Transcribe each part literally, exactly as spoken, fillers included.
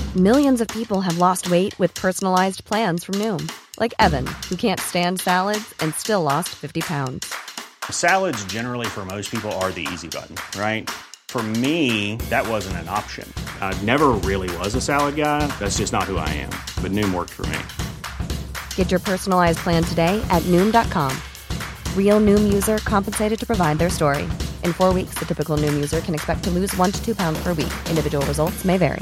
Millions of people have lost weight with personalized plans from Noom. Like Evan, who can't stand salads and still lost fifty pounds. Salads generally for most people are the easy button, right? For me, that wasn't an option. I never really was a salad guy. That's just not who I am. But Noom worked for me. Get your personalized plan today at Noom dot com. Real Noom user compensated to provide their story. In four weeks, the typical Noom user can expect to lose one to two pounds per week. Individual results may vary.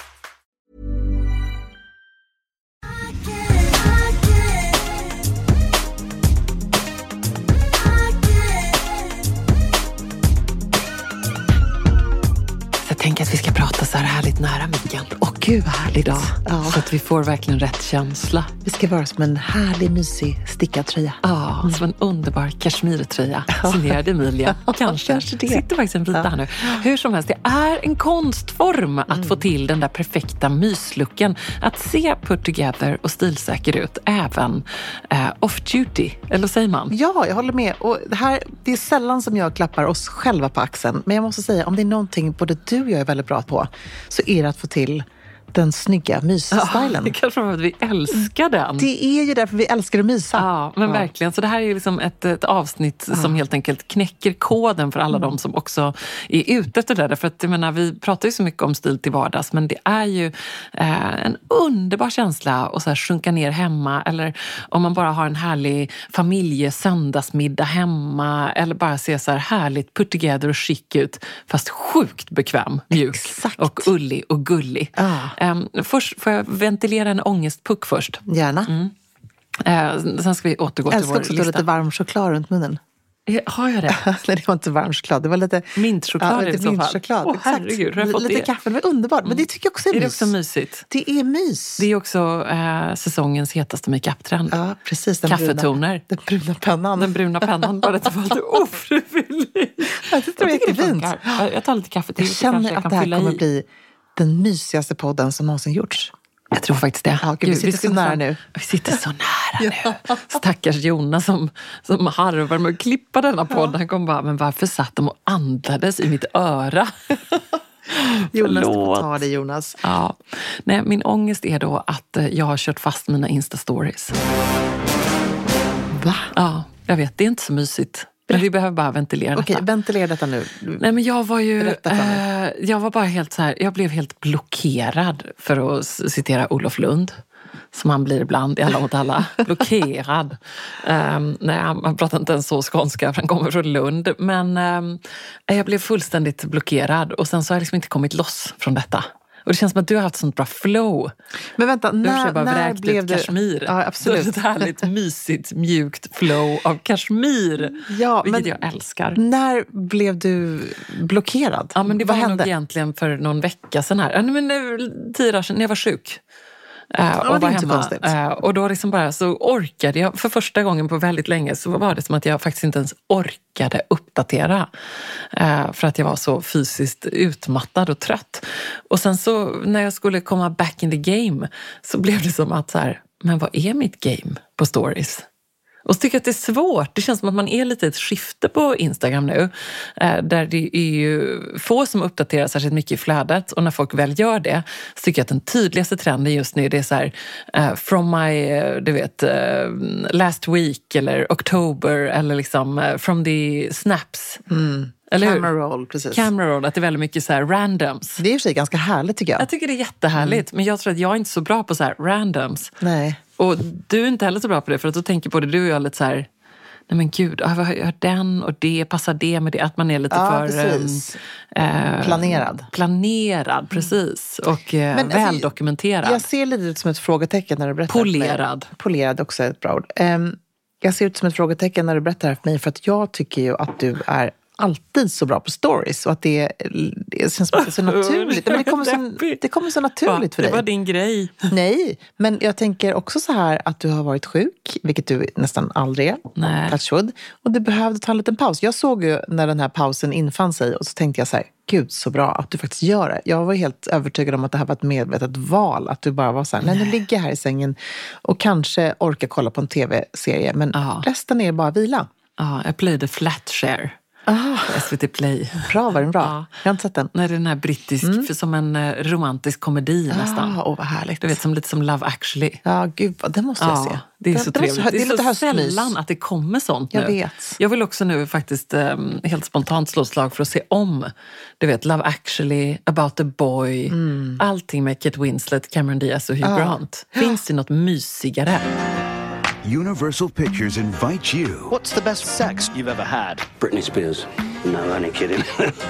Tänk att vi ska prata så här härligt nära micken. Åh gud vad härligt. Idag. Ja. Så att vi får verkligen rätt känsla. Vi ska vara som en härlig, mysig stickad tröja. Ja, mm. som en underbar kashmirtröja. Ja. Signerad Emilia. Kanske. Kanske det. Sitter faktiskt en vita ja. här nu. Hur som helst, det är en konstform att mm. få till den där perfekta myslucken. Att se put together och stilsäker ut. Även eh, off-duty. Eller säger man? Ja, jag håller med. Och det, här, det är sällan som jag klappar oss själva på axeln. Men jag måste säga, om det är någonting både du och jag är väldigt bra på, så är det att få till den snygga mysstylen. Ja, det kanske var att vi älskar den. Det är ju därför vi älskar att mysa. Ja, men ja. verkligen. Så det här är liksom ett, ett avsnitt ja. som helt enkelt knäcker koden för alla mm. de som också är ute efter det. För att jag menar, vi pratar ju så mycket om stil till vardags, men det är ju eh, en underbar känsla att så här sjunka ner hemma, eller om man bara har en härlig familjesöndagsmiddag hemma, eller bara se så här härligt put together och chic ut, fast sjukt bekväm, mjuk Exakt. och ullig och gullig. Ja. Um, först får jag ventilera en ångestpuck först. Gärna. Mm. Uh, sen ska vi återgå till vår lista. Jag älskar också att lite varm choklad runt munnen. Har jag det? Nej, det var inte varm choklad. Det var lite mintchoklad ja, i så mintchoklad. Åh, herregud, har jag fått lite det? kaffe, det var underbart. Men det tycker jag också är, är mys. Det också mysigt? Det är mys. Det är också eh, säsongens hetaste makeup-trend. Ja, precis. Den Kaffetoner. Bruna, den bruna pennan. Den bruna pennan. Bara det var lite ofrivilligt. Jag tycker det är jättefint. Jag tar lite kaffe till. Jag känner jag att det här kommer i. bli den mysigaste podden som någonsin gjorts. Jag tror faktiskt det. Ja, gud, vi sitter vi så nära nu. Vi sitter så nära nu. Stackars Jonas som, som harvar med att klippa denna podd. Han kom bara, men varför satt de och andades i mitt öra? Jonas, du får ta det, Jonas. Ja. Nej, min ångest är då att jag har kört fast mina Insta-stories. Va? Ja, jag vet. Det är inte så mysigt. Men vi behöver bara ventilera Okej, detta. ventilera detta nu. Nej, men jag var ju... Eh, jag var bara helt så här... Jag blev helt blockerad, för att citera Olof Lund. Som han blir ibland i Alla mot alla. Blockerad. um, nej, han pratar inte ens så skånska, för han kommer från Lund. Men um, jag blev fullständigt blockerad. Och sen så har jag liksom inte kommit loss från detta. Och det känns som att du har haft sånt bra flow. Men vänta, du när, bara när vräkt blev ut det... kashmir. Ja, absolut. Så ett härligt, mysigt, mjukt flow av kashmir. Ja, vilket men jag älskar. När blev du blockerad? Ja, men det Vad var hände? nog egentligen för någon vecka sedan här. Ja, men tio dagar sedan, när jag var sjuk. Uh, ja, och det är var inte hemma. konstigt. Uh, och då liksom bara så orkade jag, för första gången på väldigt länge, så var det som att jag faktiskt inte ens orkade uppdatera. Uh, för att jag var så fysiskt utmattad och trött. Och sen så när jag skulle komma back in the game, så blev det som att så här, men vad är mitt game på stories? Och så tycker jag att det är svårt. Det känns som att man är lite ett skifte på Instagram nu. Där det är ju få som uppdaterar särskilt mycket i flödet. Och när folk väl gör det, så tycker jag att den tydligaste trenden just nu, det är så här, uh, from my, uh, du vet, uh, last week eller October, eller liksom uh, from the snaps. Mm. Eller Camera roll, precis. Camera roll, att det är väldigt mycket så här randoms. Det är i och för sig ganska härligt, tycker jag. Jag tycker det är jättehärligt, mm. men jag tror att jag är inte så bra på så här randoms. Nej. Och du är inte heller så bra på det, för att du tänker på det, du och jag lite så här, nej men gud, jag har den och det, passar det med det, att man är lite ja, för precis. Um, planerad. Planerad, precis. Och uh, men, väldokumenterad. Alltså, jag ser lite ut som ett frågetecken när du berättar. Polerad. Polerad också är ett bra ord. Um, jag ser ut som ett frågetecken när du berättar för mig, för att jag tycker ju att du är alltid så bra på stories, och att det, det känns som att det är så naturligt. Men det kommer så, det kommer så naturligt för dig. Det var din grej. Nej, men jag tänker också så här att du har varit sjuk, vilket du nästan aldrig är. Touchwood. Och du behövde ta en liten paus. Jag såg ju när den här pausen infann sig, och så tänkte jag så här, gud så bra att du faktiskt gör det. Jag var helt övertygad om att det här var ett medvetet val, att du bara var så här, nej, nu ligger jag här i sängen och kanske orkar kolla på en tv-serie, men ja. resten är bara vila. Ja, jag plöjde flat share. Ah, S V T Play. Bra, var den bra? Ja. Jag har inte sett den. Nej, den är brittisk, mm. för som en uh, romantisk komedi ah, nästan. Åh, vad härligt. Du vet, som lite som Love Actually. Ja, gud, det måste jag ja, se. Det är det, så det trevligt. Måste, det är, det är så höstmys. sällan att det kommer sånt jag nu. Jag vet. Jag vill också nu faktiskt um, helt spontant slå slag för att se om, du vet, Love Actually, About the Boy, mm. allting med Kate Winslet, Cameron Diaz och Hugh ah. Grant. Finns det något mysigare? Universal Pictures invites you. What's the best sex you've ever had? Britney Spears. No, I ain't kidding.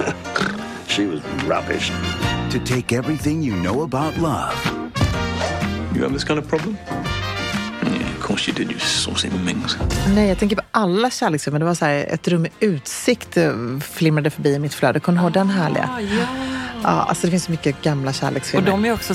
She was rubbish. To take everything you know about love. You have this kind of problem? Yeah, of course you did, you saucy minx. Nej, jag tänker på alla kärleksfilmer. Det var så här, ett rum med utsikt flimrade förbi i mitt flöde. Kommer du ihåg den härliga? Ah, ja. Ja, alltså det finns så mycket gamla kärleksfilmer. Och de är också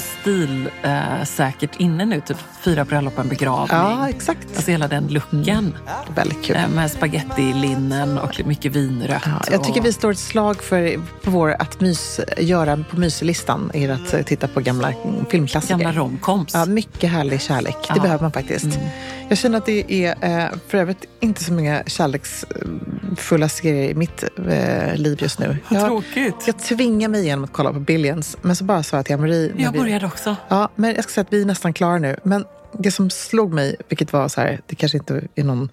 stilsäkert äh, inne nu, typ fyra bröllop, en begravning. Ja, exakt. Alltså hela den looken. Mm. Väldigt kul. Äh, med spaghetti-linnen och mycket vinrött. Ja, jag tycker och... vi står ett slag för på vår att mys, göra på myslistan är att titta på gamla filmklassiker. Gamla romcoms. Ja, mycket härlig kärlek. Det ja. behöver man faktiskt. Mm. Jag känner att det är för övrigt inte så många kärleksfulla serier i mitt eh, liv just nu. Vad jag, tråkigt. Jag tvingar mig igenom att kolla på Billions. Men så bara sa jag till Marie. Jag vi, började också. Ja, men jag ska säga att vi är nästan klara nu. Men det som slog mig, vilket var så här, det kanske inte är någon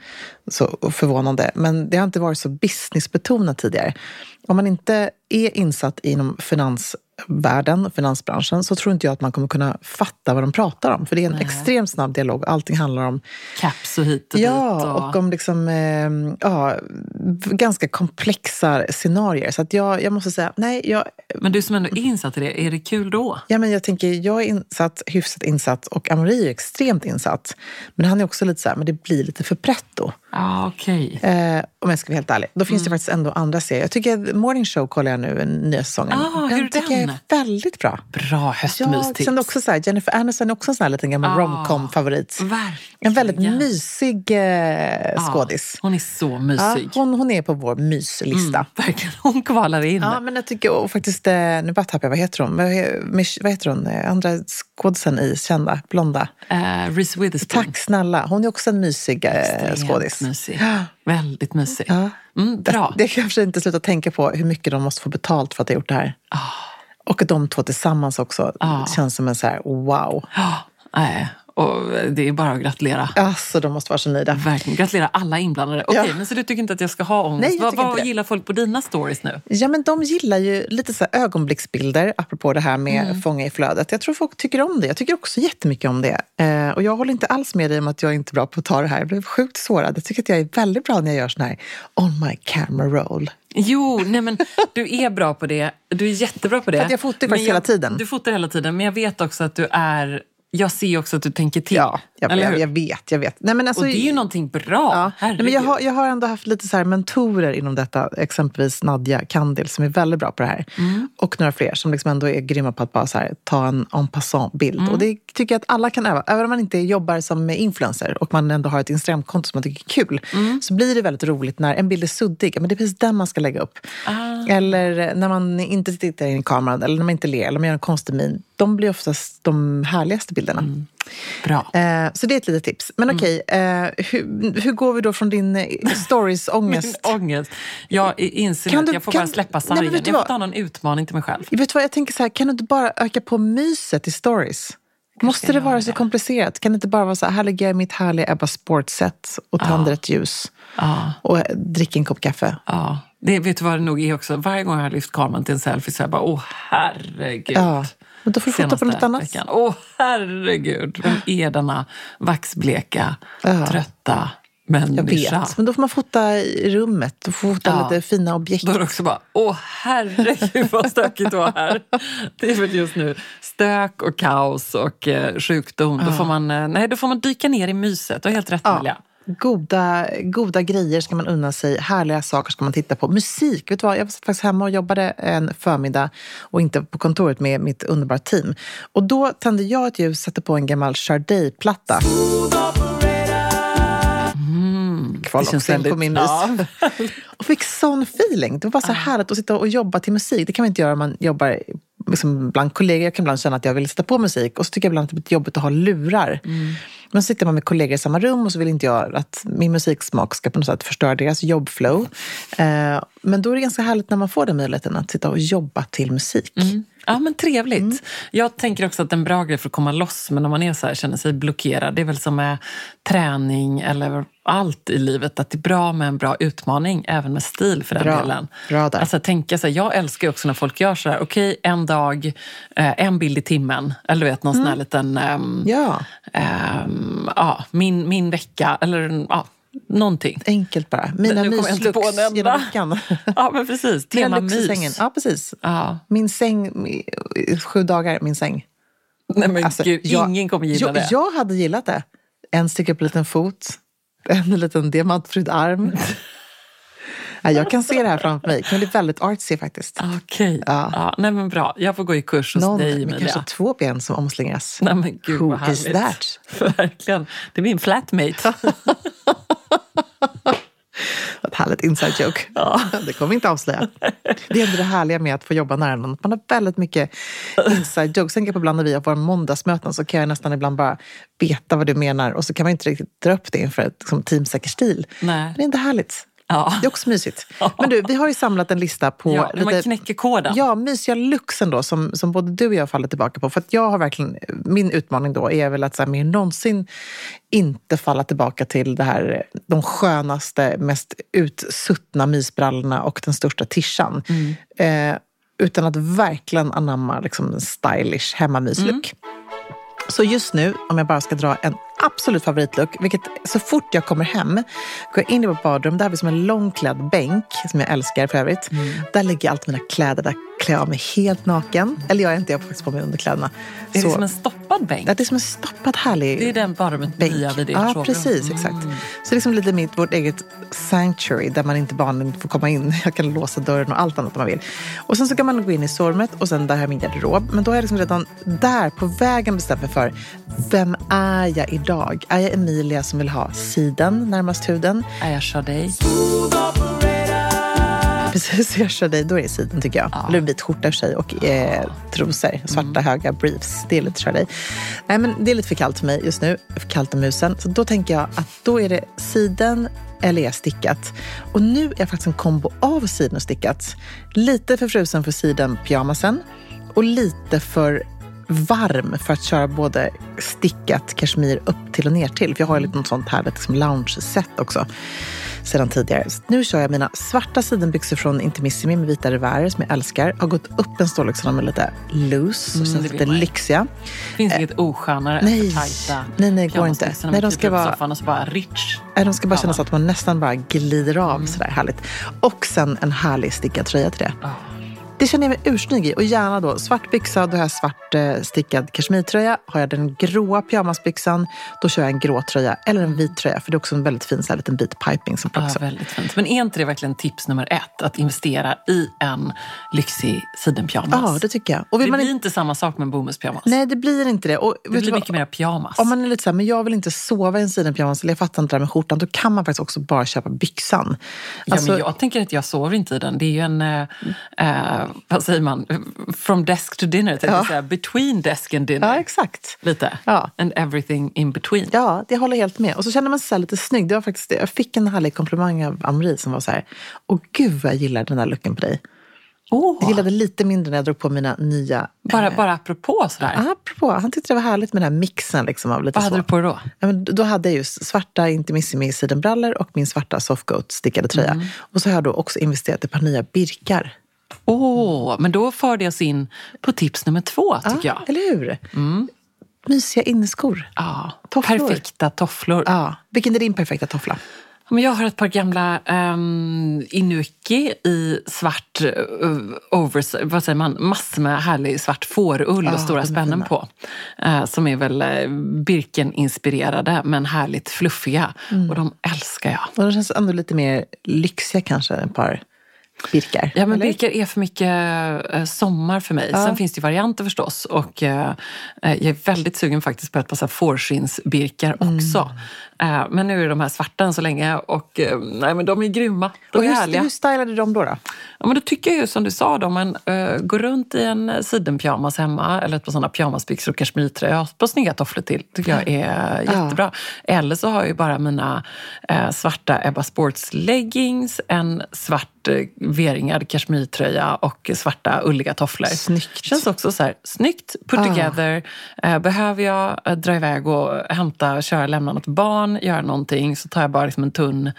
så förvånande, men det har inte varit så businessbetonat tidigare. Om man inte är insatt inom finansvärlden, finansbranschen, så tror inte jag att man kommer kunna fatta vad de pratar om. För det är en Nej. extremt snabb dialog. Allting handlar om... Caps och hit och ja, dit. Och, och om liksom, eh, ja, ganska komplexa scenarier. Så att jag, jag måste säga, nej, jag... Men du som ändå är insatt i det, är det kul då? Ja, men jag tänker, jag är insatt, hyfsat insatt, och Amaury är extremt insatt. Men han är också lite så här, men det blir lite för pretto. Ja, ah, okej. Okay. Eh, om jag ska vara helt ärlig. Då finns mm. det faktiskt ändå andra serier. Jag tycker att Morning Show kollar jag nu, en nya säsongen. Ah, den hur är tycker jag är väldigt bra. Bra höstmystips. Ja, sen också så här, Jennifer Aniston är också en sån här liten gammal ah, romcom-favorit. Verkligen. En väldigt mysig eh, ah, skådis. Hon är så mysig. Ja, hon, hon är på vår myslista. Mm, verkligen, hon kvalar in. Ja, men jag tycker och faktiskt, eh, nu bara tappar jag, vad heter hon? Vad heter hon? Andra skådisen i kända, blonda. Uh, Reese Witherspoon. Tack snälla. Hon är också en mysig eh, skådis. Mysig. Väldigt mysig. Ja. Mm, bra. Det, det kan jag inte sluta tänka på hur mycket de måste få betalt för att ha gjort det här. Oh. Och att de två tillsammans också oh. känns som en så här, wow. Oh. Nej. Och det är bara att gratulera. Alltså, de måste vara så nöjda. Verkligen, gratulera alla inblandade. Okej, ja. men så du tycker inte att jag ska ha ångest? Nej, vad vad gillar folk på dina stories nu? Ja, men de gillar ju lite så här ögonblicksbilder, apropå det här med mm. fånga i flödet. Jag tror folk tycker om det. Jag tycker också jättemycket om det. Eh, och jag håller inte alls med dig om att jag är inte är bra på att ta det här. Jag blev sjukt sårad. Jag tycker att jag är väldigt bra när jag gör sån här on my camera roll. Jo, nej men du är bra på det. Du är jättebra på det. För att jag fotar faktiskt hela tiden. Du fotar hela tiden, men jag vet också att du är... Jag ser också att du tänker till. Ja, jag, jag, jag vet, jag vet. Nej, men alltså, och det är ju någonting bra. Ja. Nej, men jag, har, jag har ändå haft lite så här mentorer inom detta. Exempelvis Nadja Kandil som är väldigt bra på det här. Mm. Och några fler som liksom ändå är grymma på att bara så här, ta en en passant-bild. Mm. Och det tycker jag att alla kan öva. Även om man inte jobbar som influencer och man ändå har ett Instagramkonto som man tycker är kul. Mm. Så blir det väldigt roligt när en bild är suddig. Men det är precis den man ska lägga upp. Ah. Eller när man inte tittar in i kameran. Eller när man inte ler. Eller man gör en konstig min. De blir oftast de härligaste bilderna. Mm. Bra. Eh, så det är ett litet tips. Men okej, mm. eh, hur, hur går vi då från din stories-ångest? Min ångest. Jag inser kan att du, jag får kan, bara släppa sargen. Nej, jag får ta någon utmaning till mig själv. Vet du vad, jag tänker så här, kan du inte bara öka på myset i stories? Kanske måste det vara det. Så komplicerat? Kan det inte bara vara så här, här ligger jag i mitt härliga Ebba Sportset och tänder ah. ett ljus ah. och dricker en kopp kaffe? Ja. Ah. Det, vet du vad det nog är också? Varje gång jag har lyft kameran till en selfie så är jag bara, åh herregud. Ja. Men då får du fota på något annat. Veckan. Åh herregud, vem är denna vaxbleka, ja. trötta människa? Jag vet, men då får man fota i rummet. Då får man fota ja. lite fina objekt. Då är det också bara, åh herregud vad stökigt det var här. Det är väl just nu stök och kaos och eh, sjukdom. Ja. Då, får man, eh, nej, då får man dyka ner i myset. Och helt rätt ja. Milja. Goda, goda grejer ska man unna sig. Härliga saker ska man titta på. Musik, vet du vad? Jag var faktiskt hemma och jobbade en förmiddag och inte på kontoret med mitt underbara team. Och då tände jag ett ljus, satte på en gammal Sade-platta. Mm, Kval också in på min mys. Ja. Och fick sån feeling. Det var bara så härligt att sitta och jobba till musik. Det kan man inte göra om man jobbar liksom bland kollegor, jag kan ibland känna att jag vill sätta på musik och så tycker jag ibland att det är jobbigt att ha lurar. Mm. Men sitter man med kollegor i samma rum och så vill inte jag att min musiksmak ska på något sätt förstöra deras jobbflow. Eh, men då är det ganska härligt när man får den möjligheten att sitta och jobba till musik. Mm. Ja, men trevligt. Mm. Jag tänker också att en bra grej för att komma loss, men om man är så här, känner sig blockerad, det är väl som med träning eller allt i livet, att det är bra med en bra utmaning, även med stil för den bra. delen. Bra där. Alltså tänka så här, jag älskar ju också när folk gör så här, okej, okay, en dag, eh, en bild i timmen, eller du vet, någon mm. sån här liten, um, ja, um, ja min, min vecka, eller ja, någonting. Enkelt bara. Mina myslux genom veckan. Ja, men precis. Tema mys. Sängen. Ja, precis. Ja. Min säng, sju dagar, min säng. Nej, men alltså, gud, jag, ingen kommer gilla jag, det. Jag hade gillat det. En stycke på liten fot, en liten diamantfryd arm. Ja, jag kan se det här framför mig. Det kan bli väldigt artsy faktiskt. Okej. Okay. Ja. Ja, nej men bra. Jag får gå i kurs hos Någon, dig, Emilia. Någon, kanske två ben som omslingras. Nej men gud, who vad härligt. Is that? Verkligen. Det är min flatmate. Ett härligt inside joke. Ja. Det kommer vi inte avslöja. Det är ändå det härliga med att få jobba nära någon. Man har väldigt mycket inside jokes. Sen kan jag ibland när vi har våra måndagsmöten så kan jag nästan ibland bara veta vad du menar. Och så kan man inte riktigt dra upp det inför ett liksom, teamsäker stil. Nej. Det är inte härligt. Ja. Det är också mysigt. Men du, vi har ju samlat en lista på ja, lite, man knäcker koden. Ja, mysiga luxen då som, som både du och jag faller tillbaka på. För att jag har verkligen, min utmaning då är väl att så här, mer någonsin inte falla tillbaka till det här, de skönaste, mest utsuttna mysbrallorna och den största tishan. Mm. Eh, utan att verkligen anamma liksom, en stylish hemmamyslook. Mm. Så just nu, om jag bara ska dra en absolut favoritlook, vilket så fort jag kommer hem går jag in i vårt badrum, där har vi som en långklädd bänk som jag älskar för övrigt. Mm. Där ligger allt mina kläder, där klär jag mig helt naken. Eller jag är inte, jag har faktiskt på mig underkläderna. Är så, det som en stoppad bänk? Det är som en stoppad härlig Det är den badrummet nya vid ditt Ja, sovrum. precis, mm. exakt. Så det är liksom lite mitt, vårt eget sanctuary där man inte barnen får komma in. Jag kan låsa dörren och allt annat om man vill. Och sen så kan man gå in i sovrummet och sen där har jag min garderob. Men då är jag liksom redan där på vägen bestämt mig för vem är jag idag? Är jag Emilia som vill ha siden närmast huden? Är jag Sade? Precis, jag kör dig. Då är det siden tycker jag. Ja. Eller en vit skjorta för sig och eh, trosor. Svarta mm. höga briefs. Det är lite kör dig. Nej, men det är lite för kallt för mig just nu. För kallt om musen. Så då tänker jag att då är det siden eller är stickat. Och nu är jag faktiskt en kombo av siden och stickat. Lite för frusen för siden pyjamasen. Och lite för varm för att köra både stickat kashmir upp till och ner till. För jag har ju lite något sånt här liksom lounge-set också sedan tidigare. Så nu kör jag mina svarta sidenbyxor från Intimissimi med vita revärer som jag älskar. Har gått upp en storlek så de är lite loose och mm, lite lyxiga. Finns inget oskönare nej, än för tajta nej, nej, går inte. Nej, de ska vara och så bara rich. Nej, de ska bara kännas att man nästan bara glider av mm. sådär härligt. Och sen en härlig stickad tröja till det. Oh. Det känner jag mig ursnygg i. Och gärna då svart byxa, då har jag svart eh, stickad kashmirtröja. Har jag den gråa pyjamasbyxan, då kör jag en grå tröja. Eller en vit tröja, för det är också en väldigt fin så här, liten vit piping som ja, väldigt fint. Men är inte det verkligen tips nummer ett? Att investera i en lyxig sidenpyjamas? Ja, det tycker jag. Och det man blir inte samma sak med en bomullspyjamas. Nej, det blir inte det. Och, det blir mycket vad? mer pyjamas. Om man är lite så här, men jag vill inte sova i en sidenpyjamas, eller jag fattar inte det där med skjortan, då kan man faktiskt också bara köpa byxan. Ja, alltså, men jag tänker att jag sover inte i den. Det är ju en, äh, äh, vad säger man? From desk to dinner, tänkte jag säga. Between desk and dinner. Ja, exakt. Lite. Ja. And everything in between. Ja, det håller helt med. Och så känner man sig så här lite snygg. Det var faktiskt det. Jag fick en härlig komplimang av Amri som var så här: åh gud vad jag gillar den här looken på dig. Oh. Jag gillade lite mindre när jag drog på mina nya... Bara, eh, bara apropå sådär? Ja, apropå. Han tyckte det var härligt med den här mixen. Liksom, av lite vad så. hade du på då? Ja, men då hade jag just svarta Intimissimi sidenbrallor och min svarta softgoat stickade tröja. Mm. Och så har jag då också investerat i ett par nya birkar. Åh, oh, men då för det oss in på tips nummer två, tycker ja, jag. Eller hur? Mm. Mysiga inneskor. Ja, tofflor. Perfekta tofflor. Ja. Vilken är din perfekta toffla? Men jag har ett par gamla um, Inuki i svart uh, overs, vad säger man, massor med härlig svart fårull och oh, stora spännen på. Uh, som är väl uh, Birken-inspirerade men härligt fluffiga. Mm. Och de älskar jag. Och de känns ändå lite mer lyxiga kanske, ett par birkar. Ja, men eller? birkar är för mycket eh, sommar för mig. Ja. Sen finns det ju varianter förstås. Och eh, jag är väldigt sugen faktiskt på ett par fårskinnsbirkar också. Mm. Eh, men nu är de här svarta än så länge. Och eh, nej, men de är grymma. De och är hur, härliga. hur stylade du dem då? då? Ja, men då tycker jag ju som du sa då, men uh, gå runt i en sidenpyjamas hemma eller ett par sådana pyjamasbyxor och kashmirtröja på snygga tofflor till, tycker jag är ja. jättebra. Eller så har jag ju bara mina uh, svarta Ebba Sports leggings, en svart uh, V-ringad kashmirtröja och svarta ulliga tofflor. Snyggt. Känns också så här, snyggt, put ah. together. Uh, behöver jag uh, dra iväg och hämta, köra, lämna något barn, göra någonting, så tar jag bara liksom en tunn,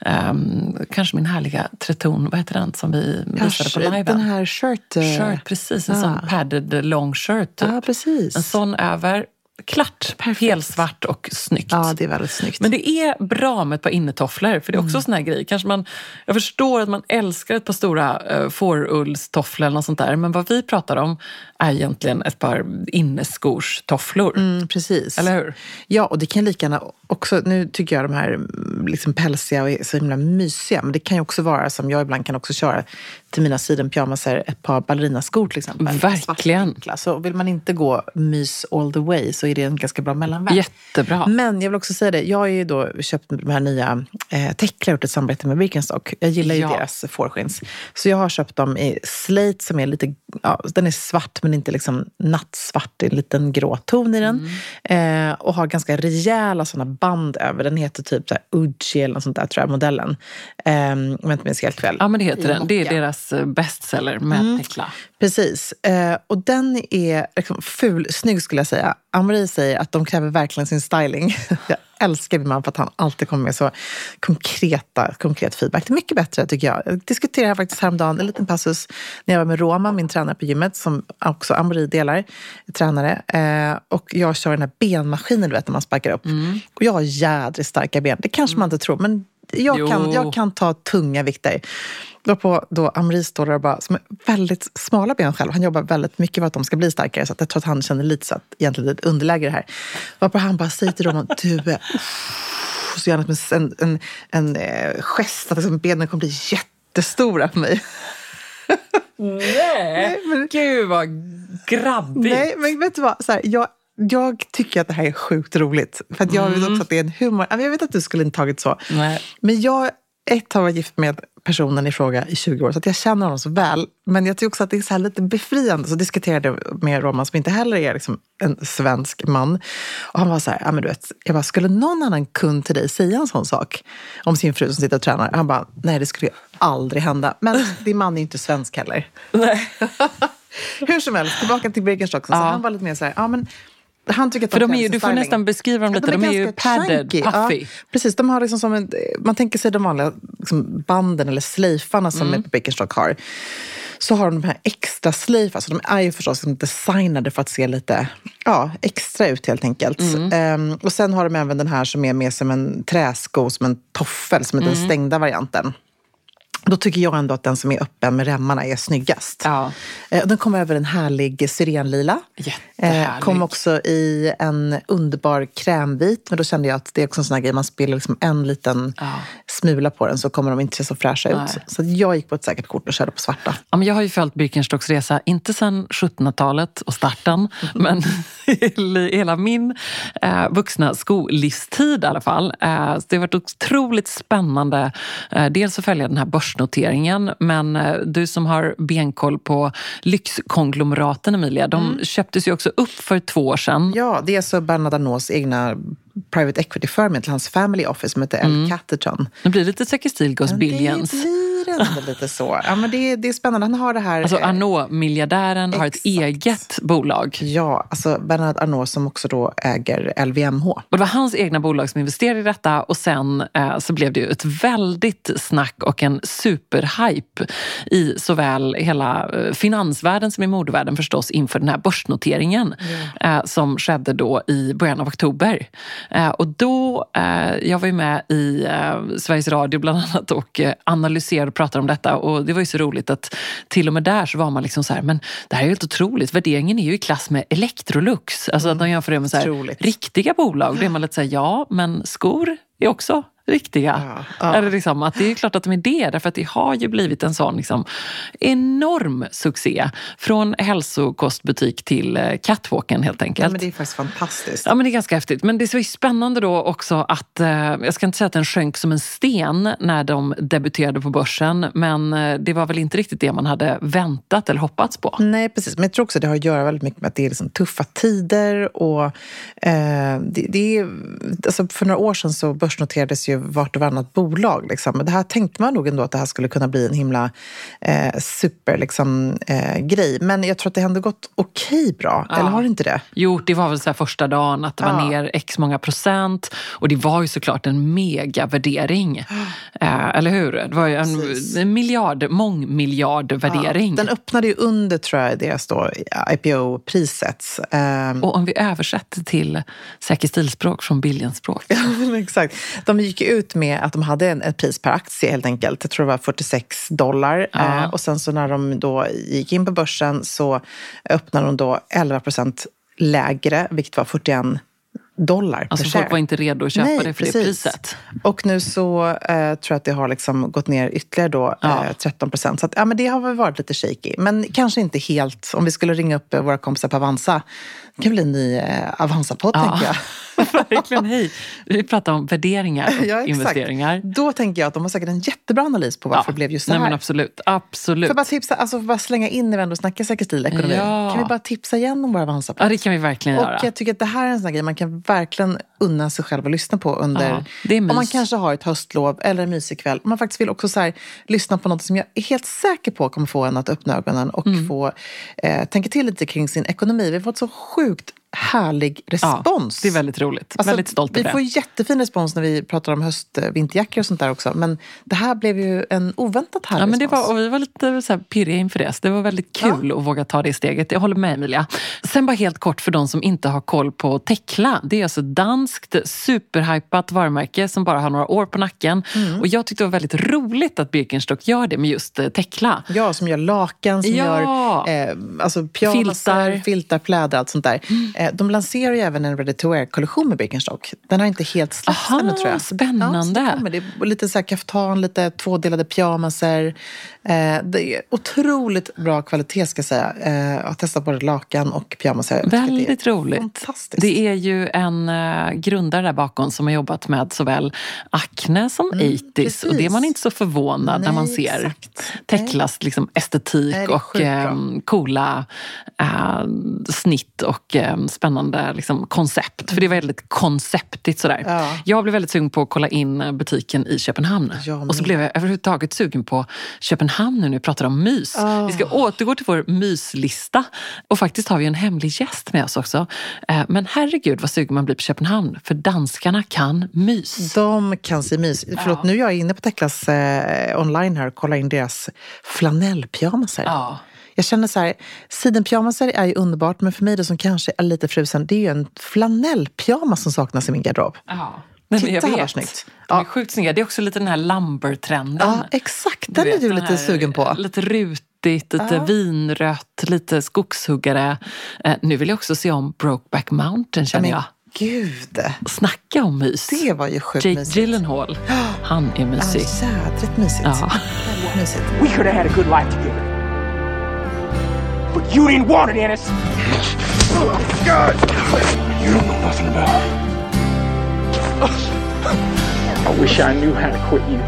um, kanske min härliga treton, vad heter den som vi visade på liven? Den här shirt. Uh... Shirt, precis. En ah. sån padded long shirt. Typ. Ja, precis. En sån över. Klart, helt svart och snyggt. Ja, det är väldigt snyggt. Men det är bra med ett par innetofflor, för det är också mm. sån här grej. Kanske man, jag förstår att man älskar ett par stora uh, fårullstofflor eller något sånt där, men vad vi pratar om är egentligen ett par inneskorstofflor. Mm, precis. Eller hur? Ja, och det kan lika gärna också, nu tycker jag de här liksom pälsiga och så himla mysiga, men det kan ju också vara, som jag ibland kan också köra till mina sidenpyjamaser, ett par ballerinaskor till exempel. Verkligen. Så vill man inte gå mys all the way så är det en ganska bra mellanväg. Jättebra. Men jag vill också säga det, jag har ju då köpt de här nya eh, Tekla, gjort ett samarbete med Birkenstock. Jag gillar ju ja. deras fårskins. Så jag har köpt dem i slate som är lite, ja, den är svart men inte liksom nattsvart, en liten grå ton i den. Mm. Eh, och har ganska rejäla sådana band över. Den heter typ så här Uji eller något sånt där, tror jag, modellen. Eh, men inte minns helt väl. Ja, men det heter den. Det är deras bestseller med mm. Tekla. Precis. Eh, och den är liksom ful, snygg skulle jag säga. Amarie säger att de kräver verkligen sin styling. Jag älskar min man för att han alltid kommer med så konkreta, konkret feedback. Det är mycket bättre tycker jag. Jag diskuterade faktiskt häromdagen en liten passus när jag var med Roma, min tränare på gymmet, som också Amarie delar, tränare. Eh, och jag kör den här benmaskinen, du vet, när man sparkar upp. Mm. Och jag har jädrigt starka ben. Det kanske mm. man inte tror, men jag kan, jag kan ta tunga vikter. Då på då Amarie står där och bara, som är väldigt smala ben själv. Han jobbar väldigt mycket för att de ska bli starkare, så att jag tror att han känner lite så att egentligen ett underläge det här. Varpå han bara säger till dem, du är så gärna en, en, en, en gest att liksom benen kommer bli jättestora för mig. Nej, nej men, gud vad grabbigt. Nej, men vet du vad, så här, jag Jag tycker att det här är sjukt roligt. För att jag vet också att det är en humor. Jag vet att du skulle inte tagit så. Nej. Men jag ett har varit gift med personen i fråga i tjugo år. Så att jag känner honom så väl. Men jag tycker också att det är så här lite befriande. Så diskuterade jag med Roman, som inte heller är liksom en svensk man. Och han var så här, ja men du vet, jag bara, skulle någon annan kund till dig säga en sån sak om sin fru som sitter och tränar? Han bara, nej det skulle aldrig hända. Men din man är inte svensk heller. Nej. Hur som helst, tillbaka till Birkenstock. Så ja. Han var lite mer så här, ja men han tycker att för de de är ju, du får nästan beskriva dem lite, ja, de, är de är ju padded, chunky. Puffy. Ja, precis, de har liksom som en, man tänker sig de vanliga liksom banden eller slöjfarna som mm. Birkenstock har. Så har de de här extra slöjfarna, alltså de är ju förstås designade för att se lite ja, extra ut helt enkelt. Mm. Um, och sen har de även den här som är mer som en träsko, som en toffel, som är mm. den stängda varianten. Då tycker jag ändå att den som är öppen med remmarna är snyggast. Ja. Eh, den kommer över en härlig syrenlila. Jättehärlig. Eh, kom också i en underbar krämvit. Men då kände jag att det är också en sån här grej. Man spelar liksom en liten ja. smula på den så kommer de inte se så fräscha Nej. ut. Så jag gick på ett säkert kort och körde på svarta. Ja, men jag har ju följt Birkenstocks resa, inte sedan sjuttonhundratalet och starten. Mm. Men hela min eh, vuxna skolivstid i alla fall. Eh, så det har varit otroligt spännande. Eh, dels att följa den här börs noteringen, men du som har benkoll på lyxkonglomeraten, Emilia, de mm. köptes ju också upp för två år sedan. Ja, det är så Bernard Arnaults egna private equity-firm till hans family office som heter mm. L. Catterton. Det blir lite Säker Stilgås Billions. Det blir ändå lite så. Ja, men det, det är spännande. Han har det här... Alltså Arnault-miljardären har ett eget bolag. Ja, alltså Bernard Arnault som också då äger L V M H. Och det var hans egna bolag som investerade i detta och sen eh, så blev det ju ett väldigt snack och en superhype i såväl hela eh, finansvärlden som i modevärlden förstås inför den här börsnoteringen mm. eh, som skedde då i början av oktober. Eh, och då, eh, jag var ju med i eh, Sveriges Radio bland annat och eh, analyserade och pratade om detta och det var ju så roligt att till och med där så var man liksom så här, men det här är ju helt otroligt, värderingen är ju i klass med Electrolux, alltså mm. att de jämför det med så här, riktiga bolag, då är man lite så här, ja men skor är också riktiga. Ja, ja. Eller liksom, att det är klart att de är det, därför att det har ju blivit en sån liksom, enorm succé. Från hälsokostbutik till catwalken helt enkelt. Ja, men det är faktiskt fantastiskt. Ja, men det är ganska häftigt. Men det är så spännande då också att, eh, jag ska inte säga att den sjönk som en sten när de debuterade på börsen, men eh, det var väl inte riktigt det man hade väntat eller hoppats på. Nej, precis. Men jag tror också att det har att göra väldigt mycket med att det är liksom tuffa tider och eh, det, det är, alltså för några år sedan så börsnoterades ju vart och varannat bolag. Liksom. Men det här tänkte man nog ändå att det här skulle kunna bli en himla eh, super liksom, eh, grej. Men jag tror att det hade gått okej bra. Ja. Eller har det inte det? Jo, det var väl så här första dagen att det var Ja. ner x många procent. Och det var ju såklart en mega värdering. Eh, eller hur? Det var ju en, en miljard, mångmiljard värdering. Ja. Den öppnade ju under, tror jag, deras då I P O-priset. Um, Och om vi översätter till säker stilspråk från Billion-språk. Ja, exakt. De gick ut med att de hade en, ett pris per aktie helt enkelt. Jag tror det var fyrtiosex dollar. Ja. Eh, och sen så när de då gick in på börsen så öppnade de då elva procent lägre, vilket var fyrtioen dollar Alltså per folk share. var inte redo att köpa Nej, det för precis. det priset. Och nu så eh, tror jag att det har liksom gått ner ytterligare då Ja. eh, tretton procent. Så att, ja, men det har väl varit lite shaky. Men kanske inte helt, om vi skulle ringa upp eh, våra kompisar på Avanza. Det kan bli en ny eh, Avanza-podd, Ja. tänker jag. Verkligen, hej. Vi pratar om värderingar och Ja, exakt. investeringar. Då tänker jag att de har säkert en jättebra analys på varför Ja. det blev just så Nej, här. men absolut, absolut. Får jag bara tipsa, alltså får bara slänga in när vi ändå snackar säker stil ekonomi. Ja. Kan vi bara tipsa igen om våra Avanza? Ja, det kan vi verkligen Och göra. jag tycker att det här är en sån här grej man kan verkligen unna sig själv att lyssna på under... Ja, det är om mys. man kanske har ett höstlov eller en mysig kväll. Om man faktiskt vill också så här, lyssna på något som jag är helt säker på kommer få en att öppna ögonen och Mm. få eh, tänka till lite kring sin ekonomi. Vi har fått så sjukt härlig respons. Ja, det är väldigt roligt. Alltså, väldigt stolt vi över får det. jättefin respons när vi pratar om höst, vinterjackor och sånt där också. Men det här blev ju en oväntat härlig Ja, men det respons. var, och vi var lite så här pirriga inför det. Så det var väldigt kul att våga ta det steget. Jag håller med, Emilia. Sen bara helt kort för de som inte har koll på Tekla. Det är alltså danskt superhypat varumärke som bara har några år på nacken. Mm. Och jag tyckte det var väldigt roligt att Birkenstock gör det med just eh, Tekla. Ja, som gör lakan, som Ja. gör eh, alltså pyjamasar, Filtar. filtar, pläder, allt sånt där. Mm. Eh, de lanserar ju även en ready-to-wear-kollektion med Birkenstock. Den har inte helt släppts Aha, ännu, tror jag. spännande. Ja, så det kommer. Det är lite så här kaftan, lite tvådelade pyjamaser. Eh, det är otroligt bra kvalitet, ska jag säga. Eh, att testa både lakan och pyjamaser. Jag tycker att det är Väldigt roligt. fantastiskt. Det är ju en uh, grundare där bakom som har jobbat med såväl Acne som Mm, åttio. precis. Och det är man inte så förvånad Nej, när man ser exakt. Teklas liksom, estetik Nej, det är och sjukt bra. um, coola uh, snitt och um, spännande liksom, koncept. För det är väldigt konceptigt sådär. Ja. Jag blev väldigt sugen på att kolla in butiken i Köpenhamn. Jag Och så med. blev jag överhuvudtaget sugen på Köpenhamn nu när vi pratar om mys. Oh. Vi ska återgå till vår myslista. Och faktiskt har vi en hemlig gäst med oss också. Eh, Men herregud vad sugen man blir på Köpenhamn. För danskarna kan mys. De kan se mys. Förlåt, nu är jag inne på Teklas eh, online här och kollar in deras flanellpyjamaser. Ja. Jag känner så här, sidenpyjamaser är ju underbart, men för mig då som kanske är lite frusen, det är ju en flanellpyjamas som saknas i min garderob. Ja. Nej, men jag Titta här vet. vad snyggt. De är Ja. sjukt snygga. Det är också lite den här lumber-trenden. Ja, exakt. Den vet, är du den lite här sugen på. Lite rutigt, lite Ja. vinrött, lite skogshuggare. Eh, nu vill jag också se om Brokeback Mountain, känner Men jag. gud, Snacka om mys. det var ju sjukt Jake mysigt. Gyllenhaal, han är mysig. Ja, jädrigt mysigt. Ja. Väldigt mysigt. We could have had a good life together. But you didn't want it, Ennis. God! You don't know nothing about it. I wish I knew how to quit you.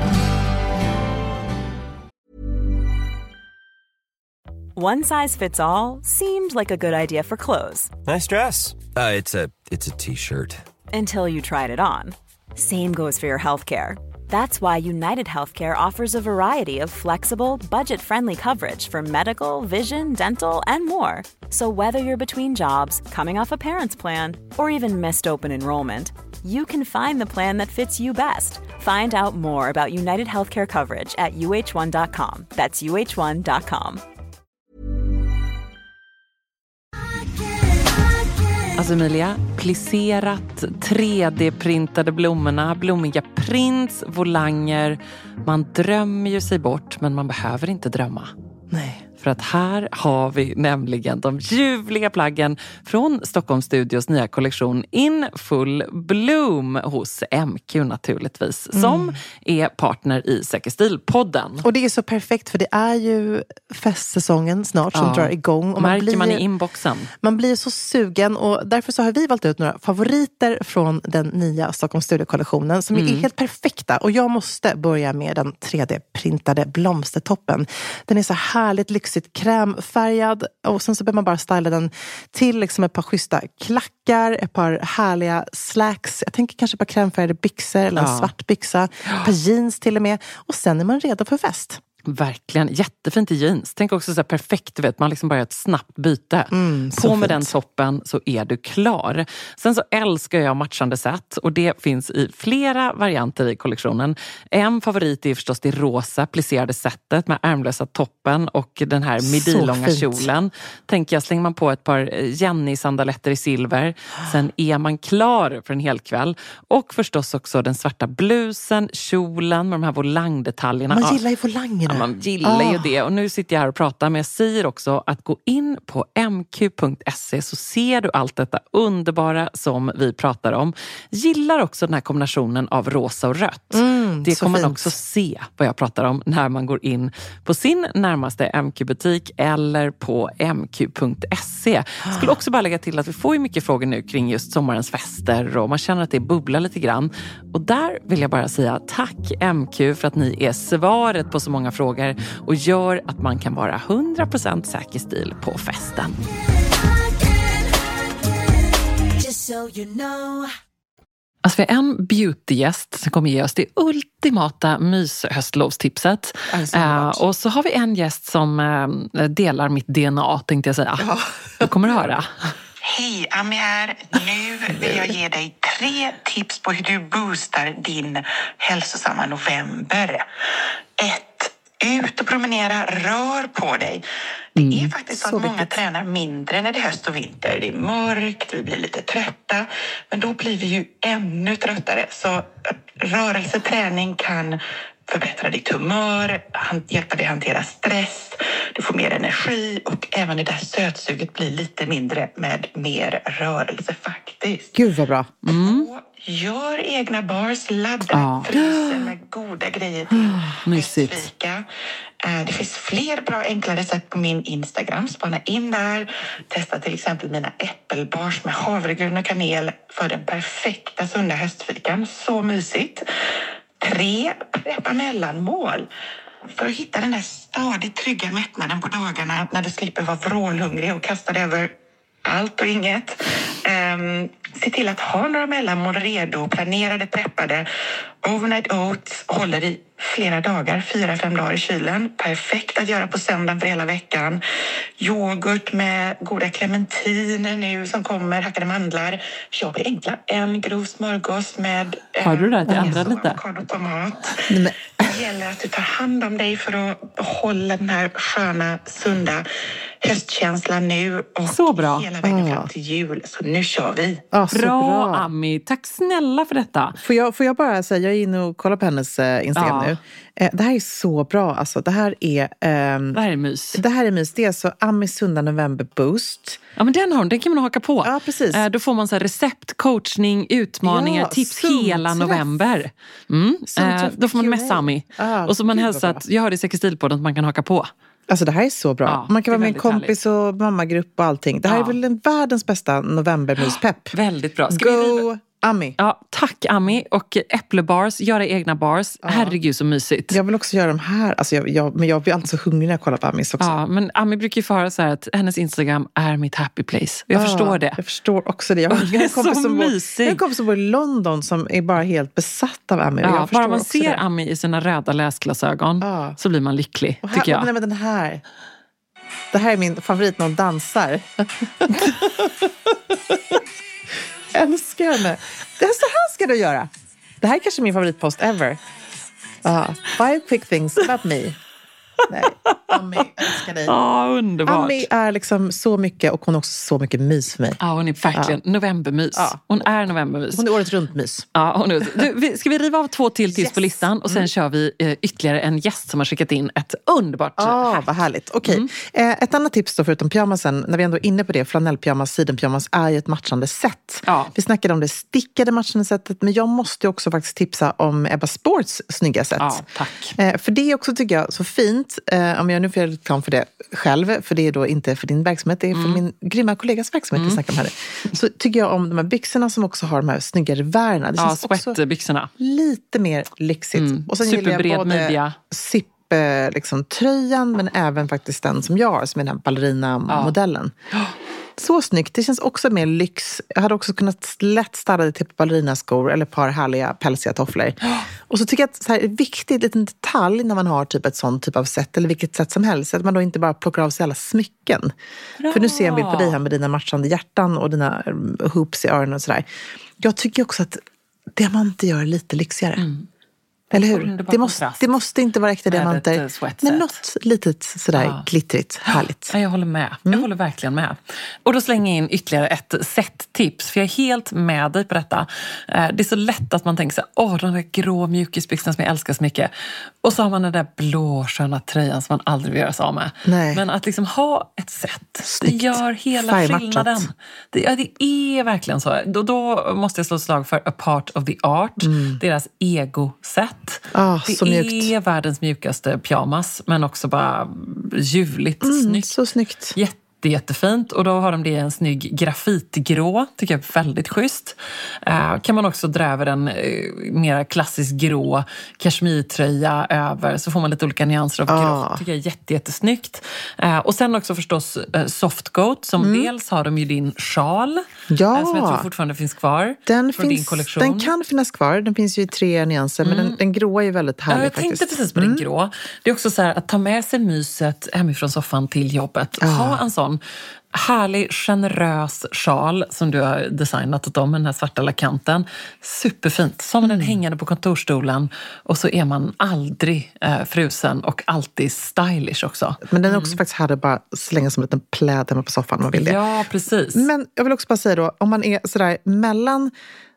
One size fits all seemed like a good idea for clothes. Nice dress. Uh, it's a it's a t-shirt. Until you tried it on. Same goes for your healthcare. That's why United Healthcare offers a variety of flexible, budget-friendly coverage for medical, vision, dental, and more. So whether you're between jobs, coming off a parent's plan, or even missed open enrollment, you can find the plan that fits you best. Find out more about United Healthcare coverage at u h one dot com. That's u h one dot com. Alltså Emilia, plisserat, tre D-printade blommorna, blommiga prints, volanger. Man drömmer ju sig bort, men man behöver inte drömma. Nej, För att här har vi nämligen de ljuvliga plaggen från Stockholm Studios nya kollektion In Full Bloom hos M Q naturligtvis. Mm. Som är partner i Säker Stil-podden. Och det är så perfekt för det är ju festsäsongen snart som ja. drar igång. Och man märker blir, man i inboxen. Man blir så sugen och därför så har vi valt ut några favoriter från den nya Stockholm Studio-kollektionen som mm. är helt perfekta. Och jag måste börja med den tre D-printade blomstertoppen. Den är så härligt lyxigt krämfärgad och sen så behöver man bara styla den till liksom ett par schyssta klackar, ett par härliga slacks. Jag tänker kanske på krämfärgade byxor eller en ja. svart byxa, ett par jeans till och med. Och sen är man redo för fest. Verkligen, jättefint i jeans. Tänk också så här perfekt, du vet, man liksom bara gör ett snabbt byte. Mm, På med fint. Den toppen så är du klar. Sen så älskar jag matchande set och det finns i flera varianter i kollektionen. En favorit är förstås det rosa plisserade setet med ärmlösa toppen och den här midilånga kjolen. Tänker jag, slänger man på ett par Jenny-sandaletter i silver. Sen är man klar för en hel kväll. Och förstås också den svarta blusen, kjolen med de här volangdetaljerna. Man gillar ju volangerna. Ja, man gillar ah. ju det. Och nu sitter jag här och pratar, men jag säger också att gå in på m q punkt se så ser du allt detta underbara som vi pratar om. Gillar också den här kombinationen av rosa och rött. Mm, det kommer man också se vad jag pratar om när man går in på sin närmaste M Q-butik eller på m q punkt se. Jag skulle också bara lägga till att vi får ju mycket frågor nu kring just sommarens fester och man känner att det bubblar lite grann. Och där vill jag bara säga tack M Q för att ni är svaret på så många frågor och gör att man kan vara hundra procent säker stil på festen. Alltså vi har en beautygäst som kommer ge oss det ultimata myshöstlovstipset. Uh, och så har vi en gäst som uh, delar mitt D N A, tänkte jag säga. Ja. Du kommer att höra. Hej, Ami här. Nu vill jag ge dig tre tips på hur du boostar din hälsosamma november. Ett. Ut och promenera, rör på dig. Det är mm, faktiskt så, så att många viktigt. Tränar mindre när det är höst och vinter. Det är mörkt, vi blir lite trötta. Men då blir vi ju ännu tröttare. Så rörelseträning kan förbättra ditt humör, hjälpa dig hantera stress. Du får mer energi och även det där sötsuget blir lite mindre med mer rörelse faktiskt. Gud vad bra. Mm. Gör egna bars, ladda ah. frysen med goda grejer till höstfika. Det finns fler bra enkla recept på min Instagram. Spana in där. Testa till exempel mina äppelbars med havregryn och kanel för den perfekta sunda höstfikan. Så mysigt. Tre, preppa mellanmål. För att hitta den där stadigt trygga mättnaden på dagarna när du slipper vara vrålhungrig och kasta dig över allt och inget. Um, se till att ha några mellanmål redo, planerade, preppade. Overnight oats håller i flera dagar, fyra, fem dagar i kylen. Perfekt att göra på söndagen för hela veckan. Yoghurt med goda clementiner nu som kommer, hackade mandlar. Jag blir enkla. En grov smörgås med... Har du det att jag ändrar lite? Avokado, tomat. Det gäller att du tar hand om dig för att behålla den här sköna, sunda höstkänslan nu. Och så bra. Hela vägen fram till jul. Så nu kör vi. Ja, bra, bra, Ami. Tack snälla för detta. Får jag, får jag bara säga, jag är inne och kollar på hennes eh, Instagram ja. nu. Eh, det här är så bra. Alltså, det här är... Ehm, det här är mys. Det här är mys. Det är så Ami Sunda November Boost. Ja, men den har hon. Den kan man haka på. Ja, precis. Eh, då får man så här recept, coachning, utmaningar, ja, tips hela november. Mm. Eh, då får man med Ami. Ah, och så man hälsat, jag har det i Säker Stil-podden att man kan haka på. Alltså det här är så bra. Ja, man kan vara med en kompis härligt. Och mammagrupp och allting. Det här ja. är väl en världens bästa novembermyspepp. Ja, väldigt bra. Ska Go Ami. Ja, tack Ami. Och äpplebars, göra egna bars. Ja. Herregud så mysigt. Jag vill också göra de här. Alltså jag, jag, men jag blir alltid så hungrig när jag kollar på Amis också. Ja, men Ami brukar ju föra så här att hennes Instagram är mitt happy place. Jag ja, förstår det. Jag förstår också det. Jag har en kompis som bor, en kompis som bor i London som är bara helt besatt av Ami. Ja, bara man ser det. Ami i sina röda läsglasögon ja. så blir man lycklig, här, tycker jag. Nej, men den här... Det här är min favorit när hon dansar. Älskar henne. Det är så här ska du göra. Det här är kanske min favoritpost ever. Uh, five quick things about me. Nej, Ami, älskar dig. Ja, underbart. Ami är liksom så mycket och hon är också så mycket mys för mig. Ja, hon är verkligen ja. novembermys. Ja. Hon är novembermys. Hon är året runt mys. Ja, hon är, du, vi, ska vi riva av två till tips yes. på listan och sen mm. kör vi eh, ytterligare en gäst som har skickat in ett underbart Ja, oh, vad härligt. Okej. Okay. Mm. Eh, ett annat tips då förutom pyjamasen, när vi ändå är inne på det, flanellpyjamas, sidenpyjamas är ju ett matchande set. Ja. Vi snackade om det stickade matchande setet, men jag måste ju också faktiskt tipsa om Ebba Sports snygga set. Ja, tack. Eh, för det är också, tycker jag, så fint, eh, om jag nu får göra reklam för det själv, för det är då inte för din verksamhet, det är för mm. min grymma kollegas verksamhet mm. vi snackar om här. Så tycker jag om de här byxorna som också har de här snygga revärerna. Det ja, sweatbyxorna. Lite mer lyxigt. Mm. Och sen superbred gillar jag både midja. zip liksom, tröjan, men även faktiskt den som jag har, som är den här ballerina-modellen. Ja. Så snyggt. Det känns också mer lyx. Jag hade också kunnat lätt ställa det till ballerinaskor eller ett par härliga pälsiga tofflor. Och så tycker jag att så här, är viktigt liten detalj när man har typ ett sånt typ av sätt eller vilket sätt som helst, att man då inte bara plockar av sig alla smycken. Bra. För nu ser jag en bild på dig här med dina matchande hjärtan och dina hoops i öronen och sådär. Jag tycker också att diamanter gör lite lyxigare. Mm. Eller hur? Det måste, det måste inte vara äkta diamanter. Men något litet sådär ja. glittrigt, härligt. Ja, jag håller med. Jag mm. håller verkligen med. Och då slänger jag in ytterligare ett set-tips. För jag är helt med dig på detta. Det är så lätt att man tänker så här, åh, den där grå mjukisbyxorna som jag älskar så mycket. Och så har man den där blå sköna tröjan som man aldrig vill göra sig av med. Nej. Men att liksom ha ett set, snyggt. Det gör hela skillnaden. Det, ja, det är verkligen så. Då, då måste jag slå slag för A Part of the Art. Mm. Deras ego-set. Oh, det så är mjukt. Världens mjukaste pyjamas, men också bara ljuvligt mm, snyggt. Så snyggt. Jätte, jättefint. Och då har de det i en snygg grafitgrå, tycker jag är väldigt schysst. Uh, kan man också dra över en uh, mer klassisk grå kashmirtröja över, så får man lite olika nyanser av oh. grått. Tycker jag är jätte, jättesnyggt. Uh, och sen också förstås uh, Softgoat, som mm. dels har de ju din sjal, ja. uh, som jag tror fortfarande finns kvar den från finns, din kollektion. Den kan finnas kvar, den finns ju i tre nyanser, mm. men den, den grå är ju väldigt härlig ja, jag faktiskt. tänkte precis på mm. den grå. Det är också så här att ta med sig myset hemifrån soffan till jobbet. Ah. Ha en sån härlig, generös sjal som du har designat åt dem med den här svarta lakanten. Superfint. Som mm. den hängande på kontorstolen. Och så är man aldrig eh, frusen och alltid stylish också. Men den är också mm. faktiskt här, bara slänga som en liten pläd hemma på soffan om man vill det. Ja, precis. Men jag vill också bara säga då, om man är sådär mellan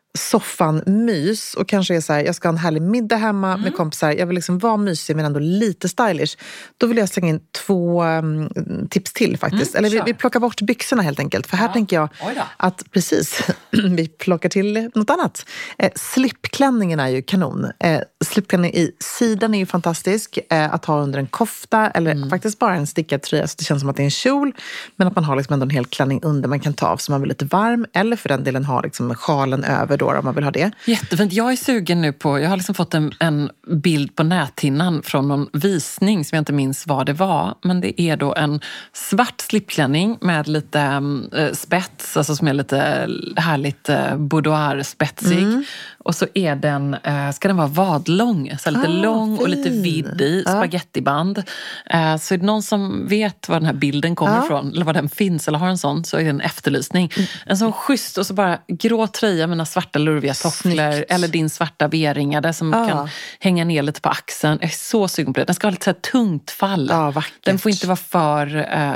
soffan mys och kanske är så här, jag ska ha en härlig middag hemma mm. med kompisar, jag vill liksom vara mysig men ändå lite stylish, då vill jag slänga in två um, tips till faktiskt. Mm, Eller vi, vi plockar bort byxorna helt enkelt, för här ja. tänker jag att precis, vi plockar till något annat. Eh, slipklänningen är ju kanon. Eh, slipklänning i sidan är ju fantastisk, eh, att ha under en kofta eller mm. faktiskt bara en stickad tröja så det känns som att det är en kjol, men att man har liksom ändå en hel klänning under man kan ta av så man blir lite varm, eller för den delen ha liksom sjalen över då om man vill ha det. Jättefint. Jag är sugen nu på, jag har liksom fått en, en bild på näthinnan från någon visning som jag inte minns vad det var, men det är då en svart slipklänning med lite äh, spets, alltså som är lite härligt äh, boudoir-spetsig. Mm. Och så är den, äh, ska den vara vadlång, så lite ah, lång fin. Och lite vidd i, ah. spagettiband. Äh, så är det någon som vet var den här bilden kommer ah. ifrån, eller var den finns, eller har en sån, så är det en efterlysning. Mm. En sån schysst, och så bara grå tröja med några svarta lurviga tofflor, eller din svarta V-ringade som ah. kan hänga ner lite på axeln. Jag är så sugen på det. Den ska ha lite så här tungt fall. Ah, vackert. Den får inte vara för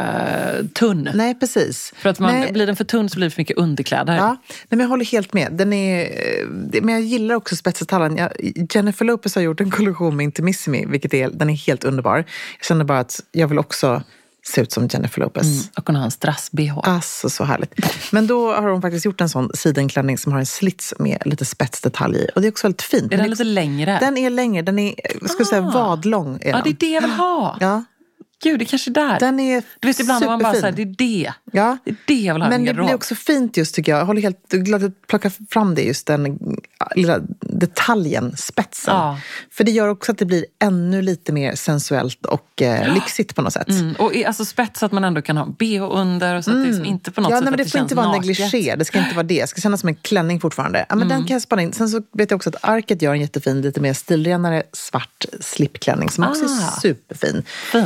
uh, tunn. Nej, precis. För att man, Nej. blir den för tunn så blir det för mycket underkläder. Ja. Nej, men jag håller helt med. Den är, men jag gillar också spetsdetaljen. Jag, Jennifer Lopez har gjort en kollektion med Intimissimi, vilket är, den är helt underbar. Jag känner bara att jag vill också se ut som Jennifer Lopez. Mm, och hon har en strass-B H. Alltså, så härligt. Men då har hon faktiskt gjort en sån sidenklänning som har en slits med lite spetsdetalj i. Och det är också väldigt fint. Är den lite längre? Den är längre. Den är, jag skulle ah. säga, vadlång. Är ja, det är det jag vill ha. Ja. Gud, det kanske är där. Den är du vet, ibland superfin. Man bara säger, det är det. Ja. Det är det jag vill ha. Men det blir också fint just, tycker jag. Jag håller helt glad att plocka fram det, just den lilla detaljen, spetsen. Ja. För det gör också att det blir ännu lite mer sensuellt och eh, ja. lyxigt på något sätt. Mm. Och alltså spets så att man ändå kan ha B H under och så att mm. det liksom inte på något ja, sätt nej, men det, det får inte vara naket. negligé. Det ska inte vara det. Det ska kännas som en klänning fortfarande. Ja, men mm. den kan jag spana in. Sen så vet jag också att Arket gör en jättefin, lite mer stilrenare svart slipklänning som ah. också är superfin. Fint. Eh,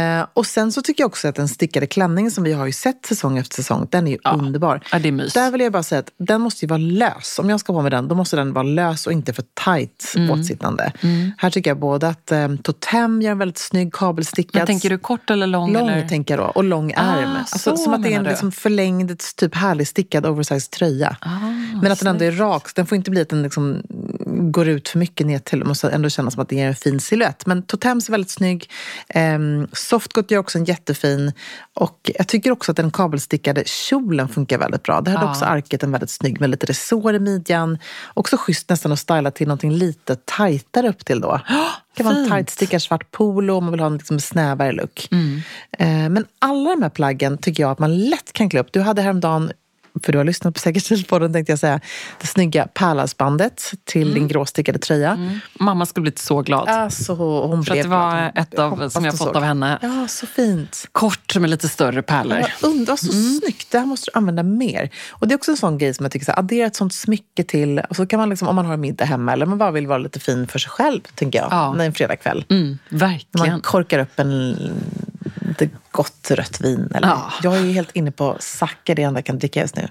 Eh, och sen så tycker jag också att den stickade klänningen som vi har ju sett säsong efter säsong, den är ju ja. underbar. Ja, det är mys. Där vill jag bara säga att den måste ju vara lös. Om jag ska på med den, då måste den vara lös och inte för tight mm. åtsittande. Mm. Här tycker jag både att eh, Totem gör en väldigt snygg kabelstickad. Men tänker du kort eller lång? Lång eller? tänker jag då, och lång ärm. Ah, alltså, som att det är en liksom förlängd, typ härlig stickad oversized tröja. Ah, men att den ändå är rak. Den får inte bli att den liksom går ut för mycket ner till. Det måste ändå kännas som att det är en fin silhuett. Men Totems är väldigt snygg. Eh, Softgot gör också en jättefin. Och jag tycker också att den kabelstickade kjolen funkar väldigt bra. Det hade ah. också arket en väldigt snygg med lite resår i midjan. Också schysst nästan att styla till någonting lite tajtare upp till då. Det kan vara en tight stickad svart polo om man vill ha en liksom snävare look. Mm. Eh, men alla de här plaggen tycker jag att man lätt kan klä upp. Du hade häromdagen, för du har lyssnat på Säkert Stilpodden, tänkte jag säga, det snygga pärlasbandet till mm. din gråstickade tröja. Mm. Mamma skulle bli så glad. Alltså, hon för att det var ett av som jag fått av henne. Ja, så fint. Kort med lite större pärlor. Ja, undrar, så mm. snyggt. Det här måste du använda mer. Och det är också en sån grej som jag tycker, så här, addera ett sånt smycke till, och så kan man liksom, om man har en middag hemma eller man bara vill vara lite fin för sig själv, tänker jag, ja. en fredagkväll. Mm, verkligen. Man korkar upp en lite gott rött vin. Eller? Ja. Jag är ju helt inne på sake, det enda jag kan dricka just nu.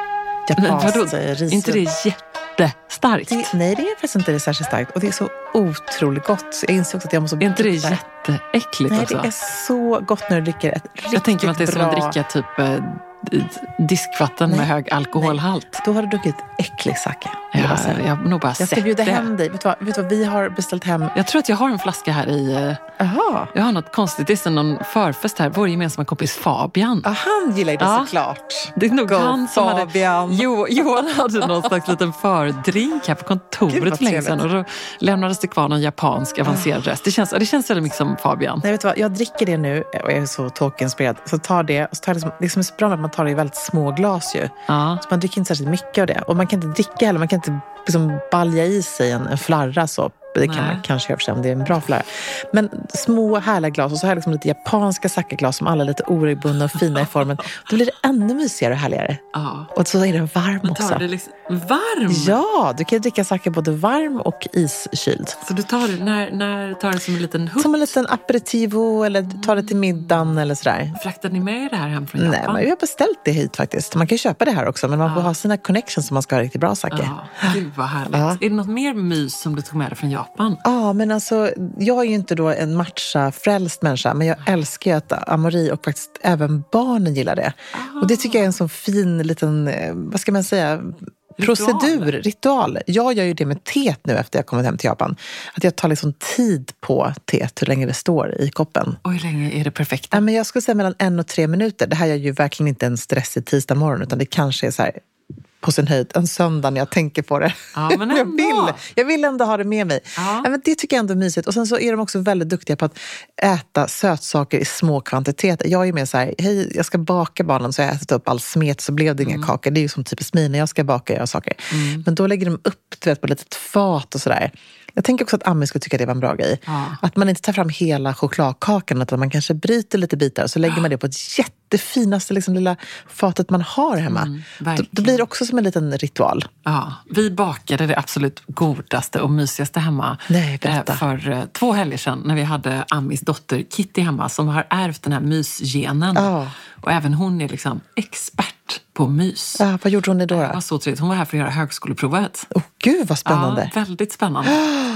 Japanskt ris. Inte det jättestarkt? Det, nej, det är faktiskt inte det särskilt starkt. Och det är så otroligt gott. Jag inser också att jag måste... Är inte det jätteäckligt nej, också? Nej, det är så gott när du dricker ett riktigt bra... Jag tänker att det är som att dricka typ eh, diskvatten nej. med hög alkoholhalt. Nej. Då har du druckit äcklig sake. Ja, jag, jag har nog bara jag ska bjuda det. hem dig. Vet du, vad, vet du vad vi har beställt hem? Jag tror att jag har en flaska här i... Aha. Jag har något konstigt. Det är någon förfest här. Vår gemensamma kompis Fabian. Ah, han gillar det ja. såklart. Det är nog Go han som Fabian. hade... Jo, Johan hade någon slags liten fördrink här på kontoret för länge sedan. Och då lämnades det kvar någon japansk avancerad röst. Det känns, det känns väldigt mycket som Fabian. Nej, vet du vad? Jag dricker det nu och jag är så tolkinspirerad. Så tar det, och så tar det som, det är som är så bra att man tar det i väldigt små glas ju. Ja. Så man dricker inte särskilt mycket av det. Och man kan inte dricka heller. Man kan inte liksom balja i sig en, en flarra så. Det kan Nej. man kanske göra för sig om det är en bra flarra. Men små härliga glas och så här liksom lite japanska sakeglas som alla är lite oregelbundna och fina i formen. Då blir det ännu mysigare och härligare. Ja. Och så är den varm Men också. Tar det liksom varm? Ja, du kan dricka sake både varm och iskyld. Så du tar det, när, när tar det som en liten hutt? Som en liten aperitivo eller tar det till middagen eller sådär. Fraktar ni med det här hem från Japan? Nej, men vi har beställt det hit faktiskt. Man kan köpa det här också, men man ja. får ha sina connections som man ska ha riktigt bra sake. Ja, gud vad härligt. Ja. Är det något mer mys som du tog med dig från Japan? Ja, men alltså, jag är ju inte då en matcha-frälst människa, men jag älskar ju att Amori och faktiskt även barnen gillar det. Ah. Och det tycker jag är en sån fin liten, vad ska man säga, procedur, ritual. ritual. Jag gör ju det med teet nu efter jag kommit hem till Japan. Att jag tar liksom tid på teet, hur länge det står i koppen. Och hur länge är det perfekt? Ja, men jag skulle säga mellan en och tre minuter. Det här är ju verkligen inte en stressig tisdag morgon, utan det kanske är så här på sin höjd en söndag när jag tänker på det. Ja, men jag, vill, jag vill ändå ha det med mig. Ja. Ja, men det tycker jag ändå är mysigt. Och sen så är de också väldigt duktiga på att äta sötsaker i små kvantiteter. Jag är med så här, hej, jag ska baka barnen så jag har ätit upp all smet så blev det inga mm. kakor. Det är ju som typiskt mig när jag ska baka jag saker. Mm. Men då lägger de upp du vet, på ett litet fat och sådär. Jag tänker också att Ami skulle tycka det var en bra grej. Ja. Att man inte tar fram hela chokladkakan utan man kanske bryter lite bitar och så lägger ja. man det på ett jättefinaste liksom, lilla fatet man har hemma. Mm, då, då blir det också som en liten ritual. Ja, vi bakade det absolut godaste och mysigaste hemma. Nej, berätta. För eh, två helger sedan när vi hade Amis dotter Kitty hemma som har ärvt den här mysgenen. Ja. Och även hon är liksom expert på mys. Ja, vad gjorde hon då? då? Det var så trevligt. Hon var här för att göra högskoleprovet. Åh oh, gud vad spännande. Ja, väldigt spännande.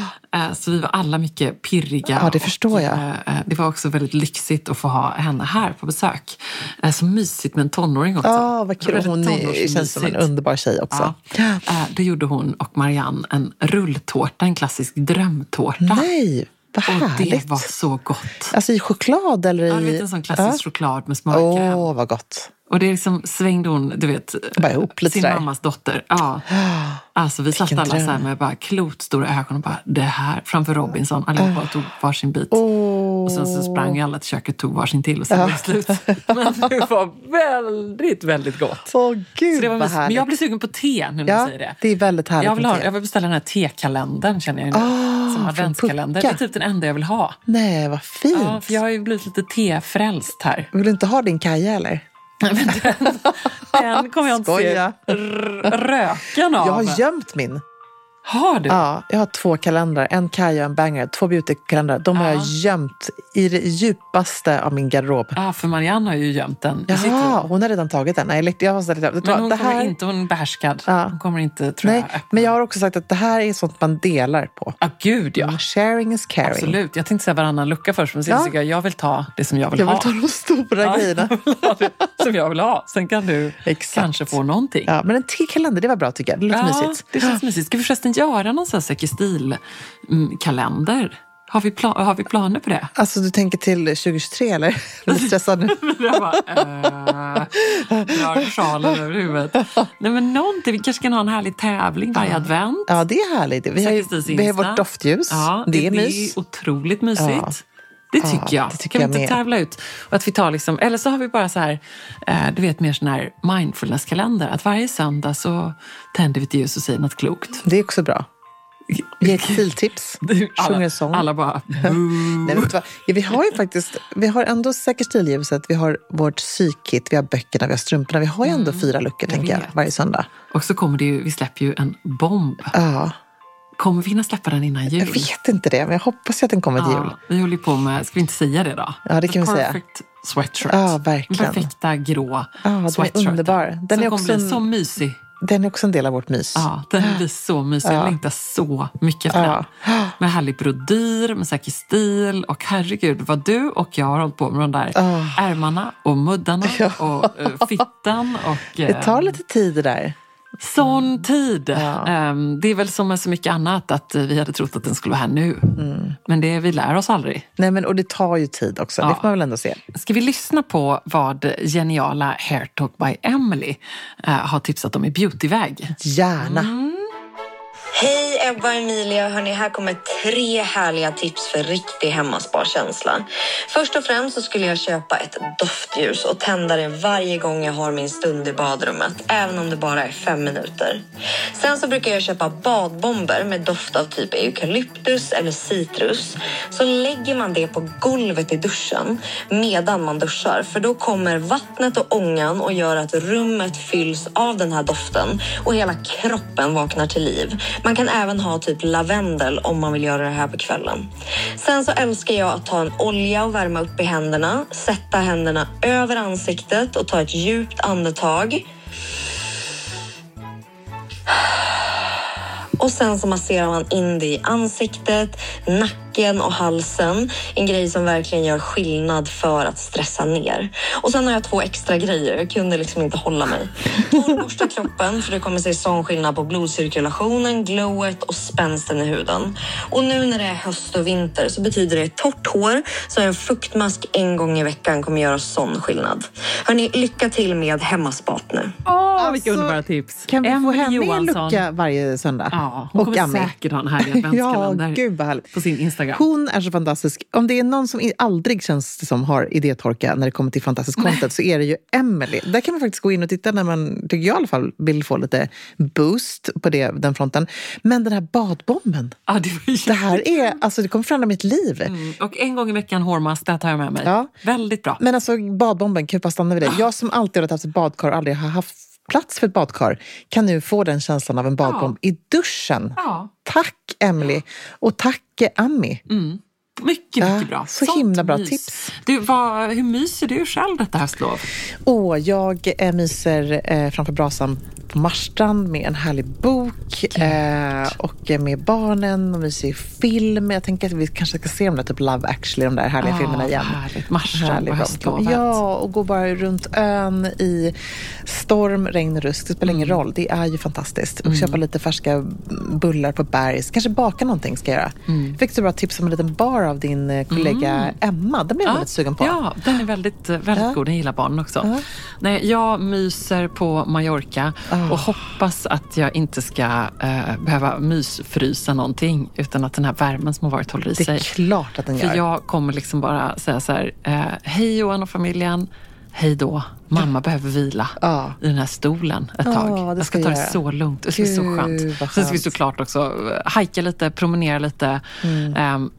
Så vi var alla mycket pirriga. Ja, det förstår och, jag. Det var också väldigt lyxigt att få ha henne här på besök. Så mysigt med en tonåring också. Ja, vad kul. Hon är, känns som en underbar tjej också. Ja. Då gjorde hon och Marianne en rulltårta, en klassisk drömtårta. Nej, vad härligt. Och det var så gott. Alltså i choklad eller i... Ja, du vet en sån klassisk ja. choklad med smörkräm. Åh, vad gott. Och det liksom svängde hon, du vet, bara ihop lite sin där. mammas dotter. Ja. Alltså vi satt alla så här med bara klotstora ögon och bara, det här, framför Robinson, allihopa oh. tog varsin bit. Oh. Och sen så sprang alla till köket och tog varsin till och sen var det slut. Men det var väldigt, väldigt gott. Åh oh, gud, så det var vad härligt. Men jag blir sugen på te nu när ja, du säger det. Det är väldigt härligt jag vill, ha, te. jag vill beställa den här tekalendern, känner jag nu. Oh, som adventskalender. Det är typ den enda jag vill ha. Nej, vad fint. Ja, för jag har ju blivit lite tefrälst här. Vill du inte ha din Kaja eller? Men den, den kommer jag inte se röken av. Jag har gömt min. Har du? Ja, jag har två kalendrar. En Kaja och en Banger. Två beauty-kalendrar. De har ja. jag gömt i det djupaste av min garderob. Ja, för Marianne har ju gömt den. Ja, hon har redan tagit den. Nej, jag har sagt, men hon det kommer här... inte, hon är behärskad. Ja. Hon kommer inte, tror Nej, jag, öppna. Men jag har också sagt att det här är sånt man delar på. Ja, gud ja. Mm, sharing is caring. Absolut. Jag tänkte säga varannan lucka först, men ja. jag, jag vill ta det som jag vill jag ha. Jag vill ta de stora ja, grejerna. det som jag vill ha. Sen kan du Exakt. kanske få någonting. Ja, men en till kalender, det var bra tycker jag. Det låter ja, mysigt. det känns mysigt. Ska vi förresten göra någon sån här stil-kalender? Har vi, pla- har vi planer på det? Alltså du tänker till tjugo tjugotre eller? Eller stressad nu? jag bara, äh, jag har sjalen över huvudet. Nej men någonting, vi kanske kan ha en härlig tävling varje ja. advent. Ja, det är härligt. Vi har, ju, vi har vårt doftljus. Ja, det, det är mys. Det är otroligt mysigt. Ja. Det tycker ja, jag. Det tycker kan vi inte tävla ut? Och att vi tar liksom, eller så har vi bara så här, eh, du vet mer sån här mindfulness-kalender. Att varje söndag så tänder vi ett ljus och säger något klokt. Det är också bra. Ge ett stiltips. Sjunger en sång. Alla bara... Nej, vet du vad? Ja, vi har ju faktiskt... Vi har ändå säkert stilhuset. Vi har vårt psykkit. Vi har böckerna. Vi har strumporna. Vi har ju ändå mm, fyra luckor, tänker jag, varje söndag. Och så kommer det ju... Vi släpper ju en bomb. Ja. Kommer vi hinna släppa den innan jul? Jag vet inte det, men jag hoppas att den kommer till ja, jul. Vi håller på med... Ska vi inte säga det då? Ja, det kan vi säga. Perfect sweatshirt. Ja, verkligen. Perfekta grå ja, den sweatshirt. Är underbar. Den som är också kommer bli en... så mysig. Den är också en del av vårt mys. Ja, den blir så mysig. Jag längtar så mycket för ja. den. Med härlig brodyr, med säker stil. Och herregud, vad du och jag har hållit på med de där oh. ärmarna och muddarna ja. och uh, fittan. Och, uh, det tar lite tid det där. Sån tid. Ja. Um, det är väl som med så mycket annat att vi hade trott att den skulle vara här nu. Mm. Men det vi lär oss aldrig. Nej, men och det tar ju tid också. Ja. Det får man väl ändå se. Ska vi lyssna på vad geniala Hair Talk by Emily uh, har tipsat om i beautyväg? Gärna. Mm. Hej Ebba och Emilia, hörni, här kommer tre härliga tips för riktig hemmasparkänsla. Först och främst så skulle jag köpa ett doftljus och tända det varje gång jag har min stund i badrummet, även om det bara är fem minuter. Sen så brukar jag köpa badbomber med doft av typ eukalyptus eller citrus. Så lägger man det på golvet i duschen medan man duschar, för då kommer vattnet och ångan och gör att rummet fylls av den här doften och hela kroppen vaknar till liv. Man kan även ha typ lavendel om man vill göra det här på kvällen. Sen så älskar jag att ta en olja och värma upp i händerna. Sätta händerna över ansiktet och ta ett djupt andetag. Och sen så masserar man in det i ansiktet, nacken och halsen. En grej som verkligen gör skillnad för att stressa ner. Och sen har jag två extra grejer. Jag kunde liksom inte hålla mig. Torrborsta kroppen, för det kommer se sån skillnad på blodcirkulationen, glowet och spänsten i huden. Och nu när det är höst och vinter så betyder det torrt hår. Så en fuktmask en gång i veckan kommer göra sån skillnad. Hörrni, lycka till med hemmaspat nu. Åh, oh, vilka alltså, underbara tips. Kan vi få Emily henne Johansson. En lucka varje söndag? Ja, hon och kommer Ami. Säkert ha en härlig adventskalender ja, gud vad härligt. På sin Instagram. Hon är så fantastisk. Om det är någon som aldrig känns som har idétorka när det kommer till fantastisk content så är det ju Emily. Där kan man faktiskt gå in och titta när man, tycker jag i alla fall, vill få lite boost på det, den fronten. Men den här badbomben. Ja, det, var det här är, alltså det kommer förändra mitt liv. Mm. Och en gång i veckan hårmask, det tar jag med mig. Ja. Väldigt bra. Men alltså badbomben, kan vi bara stanna vid det. Jag som alltid har haft ett badkar och aldrig har haft plats för ett badkar kan nu få den känslan av en badbomb ja. i duschen. Ja. Tack Emily och tack Ami. Mm. Mycket, mycket bra. Så Sånt himla bra mys. tips. Du, vad, hur myser du själv detta höstlov? Åh, jag eh, myser eh, framför brasan på Marstrand med en härlig bok eh, och med barnen och myser film. Jag tänker att vi kanske ska se om det typ Love Actually, de där härliga oh, filmerna igen. Härligt, Marstrand på höstlovet. Ja, och gå bara runt ön i storm, regn och rusk. Det spelar mm. ingen roll. Det är ju fantastiskt. Och mm. köpa lite färska bullar på Bergs. Kanske baka någonting ska jag göra. Mm. Fick du bra tips om en liten bar av din kollega mm. Emma. Den blev jag ja, väldigt sugen på. Ja, den är väldigt, väldigt ja. god. Den gillar barnen också. Ja. Nej, jag myser på Mallorca oh. och hoppas att jag inte ska uh, behöva mysfrysa någonting utan att den här värmen som har varit håller i sig. Det är klart att den gör. För jag kommer liksom bara säga så här, uh, hej Johan och familjen, hej då. Mamma ja. behöver vila ja. i den här stolen ett tag. Ja, jag ska ta det göra. så lugnt. Det ska bli så skönt. Sen ska vi såklart också hajka lite, promenera lite. Mm. Um,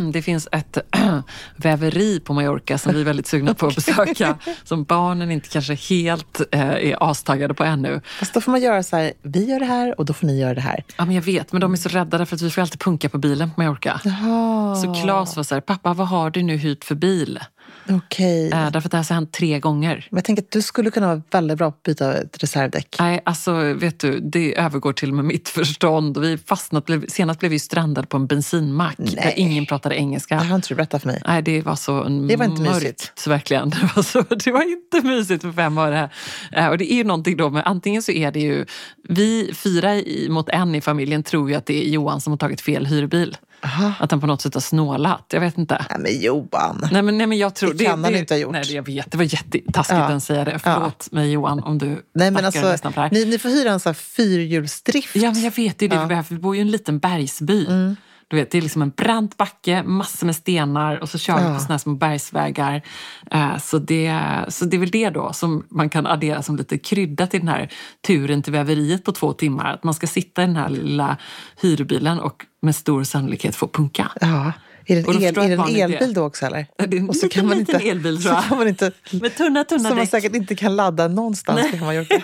det finns ett äh, väveri på Mallorca som vi är väldigt sugna på att besöka. Som barnen inte kanske helt äh, är astaggade på ännu. Fast då får man göra så här, vi gör det här och då får ni göra det här. Ja, men jag vet, men de är så rädda för att vi får alltid punka på bilen på Mallorca. Jaha. Så Claes var så här, pappa, vad har du nu hyrt för bil? Okej. Äh, därför att det här har hänt tre gånger. Men jag tänker att du skulle kunna vara väldigt bra på att byta ett reservdäck. Nej, alltså vet du, det övergår till med mitt förstånd. Och vi fastnat, blev, senast blev vi strandade på en bensinmack. Nej. Där ingen pratade engelska. Jag har inte du berättat för mig. Nej, det var så en det var inte mörkt, mysigt. Verkligen. Det var, så, det var inte mysigt för fem år. Äh, och det är ju någonting då, men antingen så är det ju, vi fyra i, mot en i familjen tror ju att det är Johan som har tagit fel hyrbil. Aha. Att han på något sätt har snålat. Jag vet inte. Nej men Johan. Nej men, nej, men jag tror det kan det, han det, inte ha gjort. Nej jag vet, det var jättetaskigt ja. att säga det. Förlåt ja. mig Johan om du nej, men alltså, ni, ni får hyra en sån här fyrhjulsdrift. Ja men jag vet, det är det ja. vi behöver. Vi bor ju i en liten bergsby. Mm. Du vet, det är liksom en brant backe, massor med stenar och så kör vi ja. på såna här små bergsvägar. Uh, så, det, så det är väl det då som man kan addera som lite krydda till den här turen till väveriet på två timmar. Att man ska sitta i den här lilla hyrbilen och med stor sannolikhet få punka. Ja. Är det en, el, är det en elbil då också eller? Det är en och så kan man inte, elbil tror jag. Så kan man inte, med tunna, tunna som man däck. säkert inte kan ladda någonstans. Nej, kan man göra.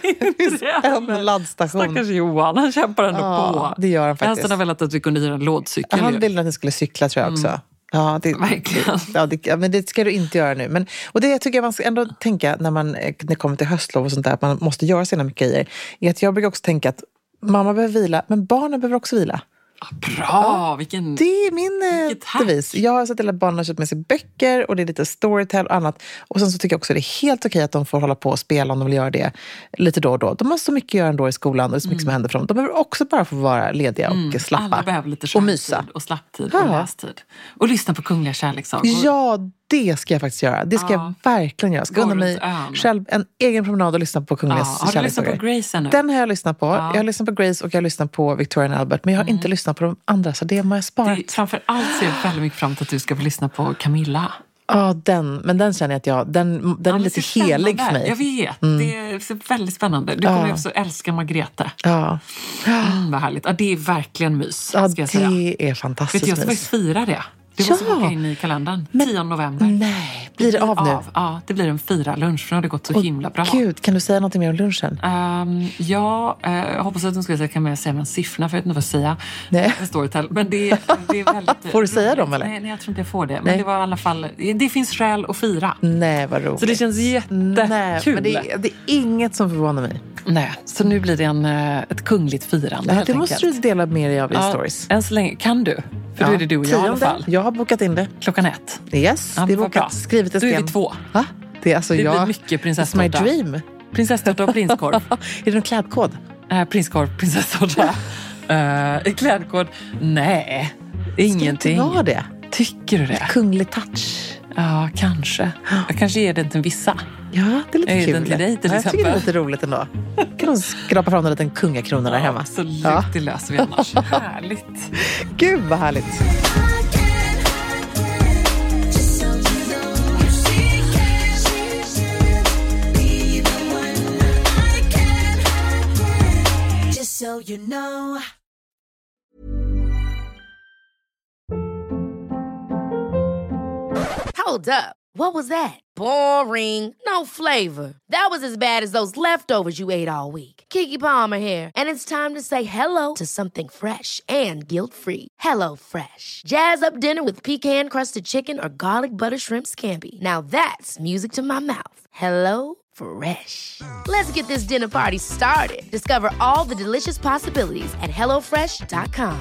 En laddstation. Stackars Johan, han kämpar ändå ja, på. Det gör han faktiskt. Jag hade velat att vi kunde hyra en lådcykel. Han ville att ni skulle cykla tror jag också. Mm. Ja, det, verkligen. Ja, det, men det ska du inte göra nu. Men, och det tycker jag man ska ändå tänka när man när det kommer till höstlov och sånt där, att man måste göra sina mycket grejer. Är att jag brukar också tänka att mamma behöver vila, men barnen behöver också vila. Bra, ja, vilken det är min devis. Jag har sett till att barnen har köpt med sig böcker och det är lite storytell och annat. Och sen så tycker jag också att det är helt okej att de får hålla på och spela om de vill göra det lite då och då. De har så mycket att göra ändå i skolan och det är så mycket mm. som händer för dem. De behöver också bara få vara lediga och mm. slappa. Alla behöver lite och mysa. Och slapptid ja. och lästid. Och lyssna på kungliga kärlekssagor. Ja, det ska jag faktiskt göra. Det ska ja. jag verkligen göra. Jag ska unna mig själv en egen promenad och lyssna på kungliga ja. kärlekssagor. Har du lyssnat på Grace ännu? Den har jag lyssnat på. Ja. Jag har lyssnat på Grace och jag har lyssnat på Victoria and Albert. Men jag har mm. inte lyssnat på de andra, så det må jag spara. Framförallt ser jag väldigt mycket fram emot att du ska få lyssna på Camilla. Ja, den, men den känner jag att jag, den, den ja, är lite helig för mig. Jag vet, mm. det är väldigt spännande. Du kommer ja. ju också älska Margrethe. Ja. Mm, vad härligt. Ja, det är verkligen mys. Ja, ska jag det säga. är fantastiskt mys. Jag ska faktiskt fira det. Det måste ja. åka in i kalendern. tionde november. Nej, blir det, det blir av nu? Av. Ja, det blir en fyra lunch. För det har gått så oh, himla bra. Gud, kan du säga något mer om lunchen? Um, ja, uh, jag hoppas att de skulle säga, kan man säga en siffra för jag vet inte vad säga. Nej. Storytell. Men det, det är väldigt... Får du säga dem eller? Nej, nej, jag tror inte jag får det. Men nej. det var i alla fall, det finns skäl att fira. Nej, vad roligt. Så det känns jättekul. Nej, men det är, det är inget som förvånar mig. Nej, så nu blir det en, ett kungligt firande. Ja, det måste enkelt. Du dela med dig av i ja, stories. Än så länge, kan du? För ja. då är det du och jag i alla fall. Jag har bokat in det. Klockan ett. Yes, ja, det är bokat. Skrivit i sten. Då är vi två. Va? Det, är alltså det jag, blir mycket prinsesstårta. It's my dream. Prinsesstårta och prinskorv. Är det en klädkod? Äh, prinskorv, prinsesstårta. uh, klädkod? Nej, ingenting. Ska det vara det? Tycker du det? Kunglig touch. Ja, kanske. Jag kanske ger den till vissa. Ja, det är lite jag kul. Den till dig, till ja, jag tycker det är lite roligt ändå. Kan de skrapa fram en liten kungakrona där ja, hemma? Absolut, ja. Det löser vi annars. Härligt. Gud, vad härligt. So you know. Hold up. What was that? Boring. No flavor. That was as bad as those leftovers you ate all week. Keke Palmer here, and it's time to say hello to something fresh and guilt-free. Hello Fresh. Jazz up dinner with pecan-crusted chicken or garlic butter shrimp scampi. Now that's music to my mouth. Hello Fresh. Let's get this dinner party started. Discover all the delicious possibilities at hello fresh dot com.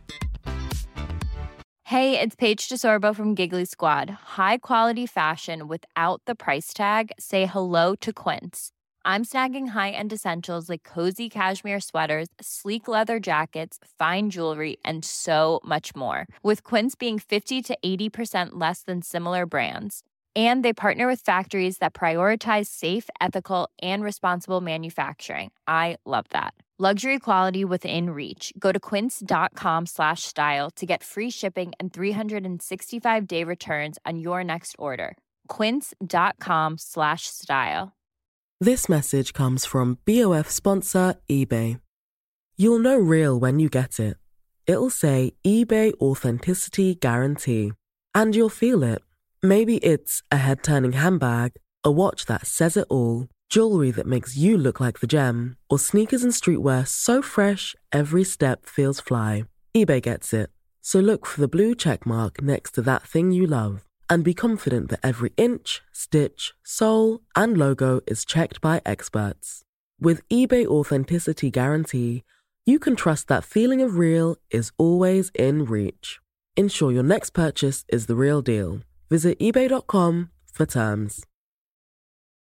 Hey, it's Paige DeSorbo from Giggly Squad. High quality fashion without the price tag. Say hello to Quince. I'm snagging high-end essentials like cozy cashmere sweaters, sleek leather jackets, fine jewelry, and so much more. With Quince being fifty to eighty percent less than similar brands. And they partner with factories that prioritize safe, ethical, and responsible manufacturing. I love that. Luxury quality within reach. Go to quince.com slash style to get free shipping and three sixty-five day returns on your next order. Quince.com slash style. This message comes from B O F sponsor eBay. You'll know real when you get it. It'll say eBay Authenticity Guarantee. And you'll feel it. Maybe it's a head-turning handbag, a watch that says it all, jewelry that makes you look like the gem, or sneakers and streetwear so fresh every step feels fly. eBay gets it. So look for the blue check mark next to that thing you love and be confident that every inch, stitch, sole, and logo is checked by experts. With eBay Authenticity Guarantee, you can trust that feeling of real is always in reach. Ensure your next purchase is the real deal. Visit ebay dot com for terms.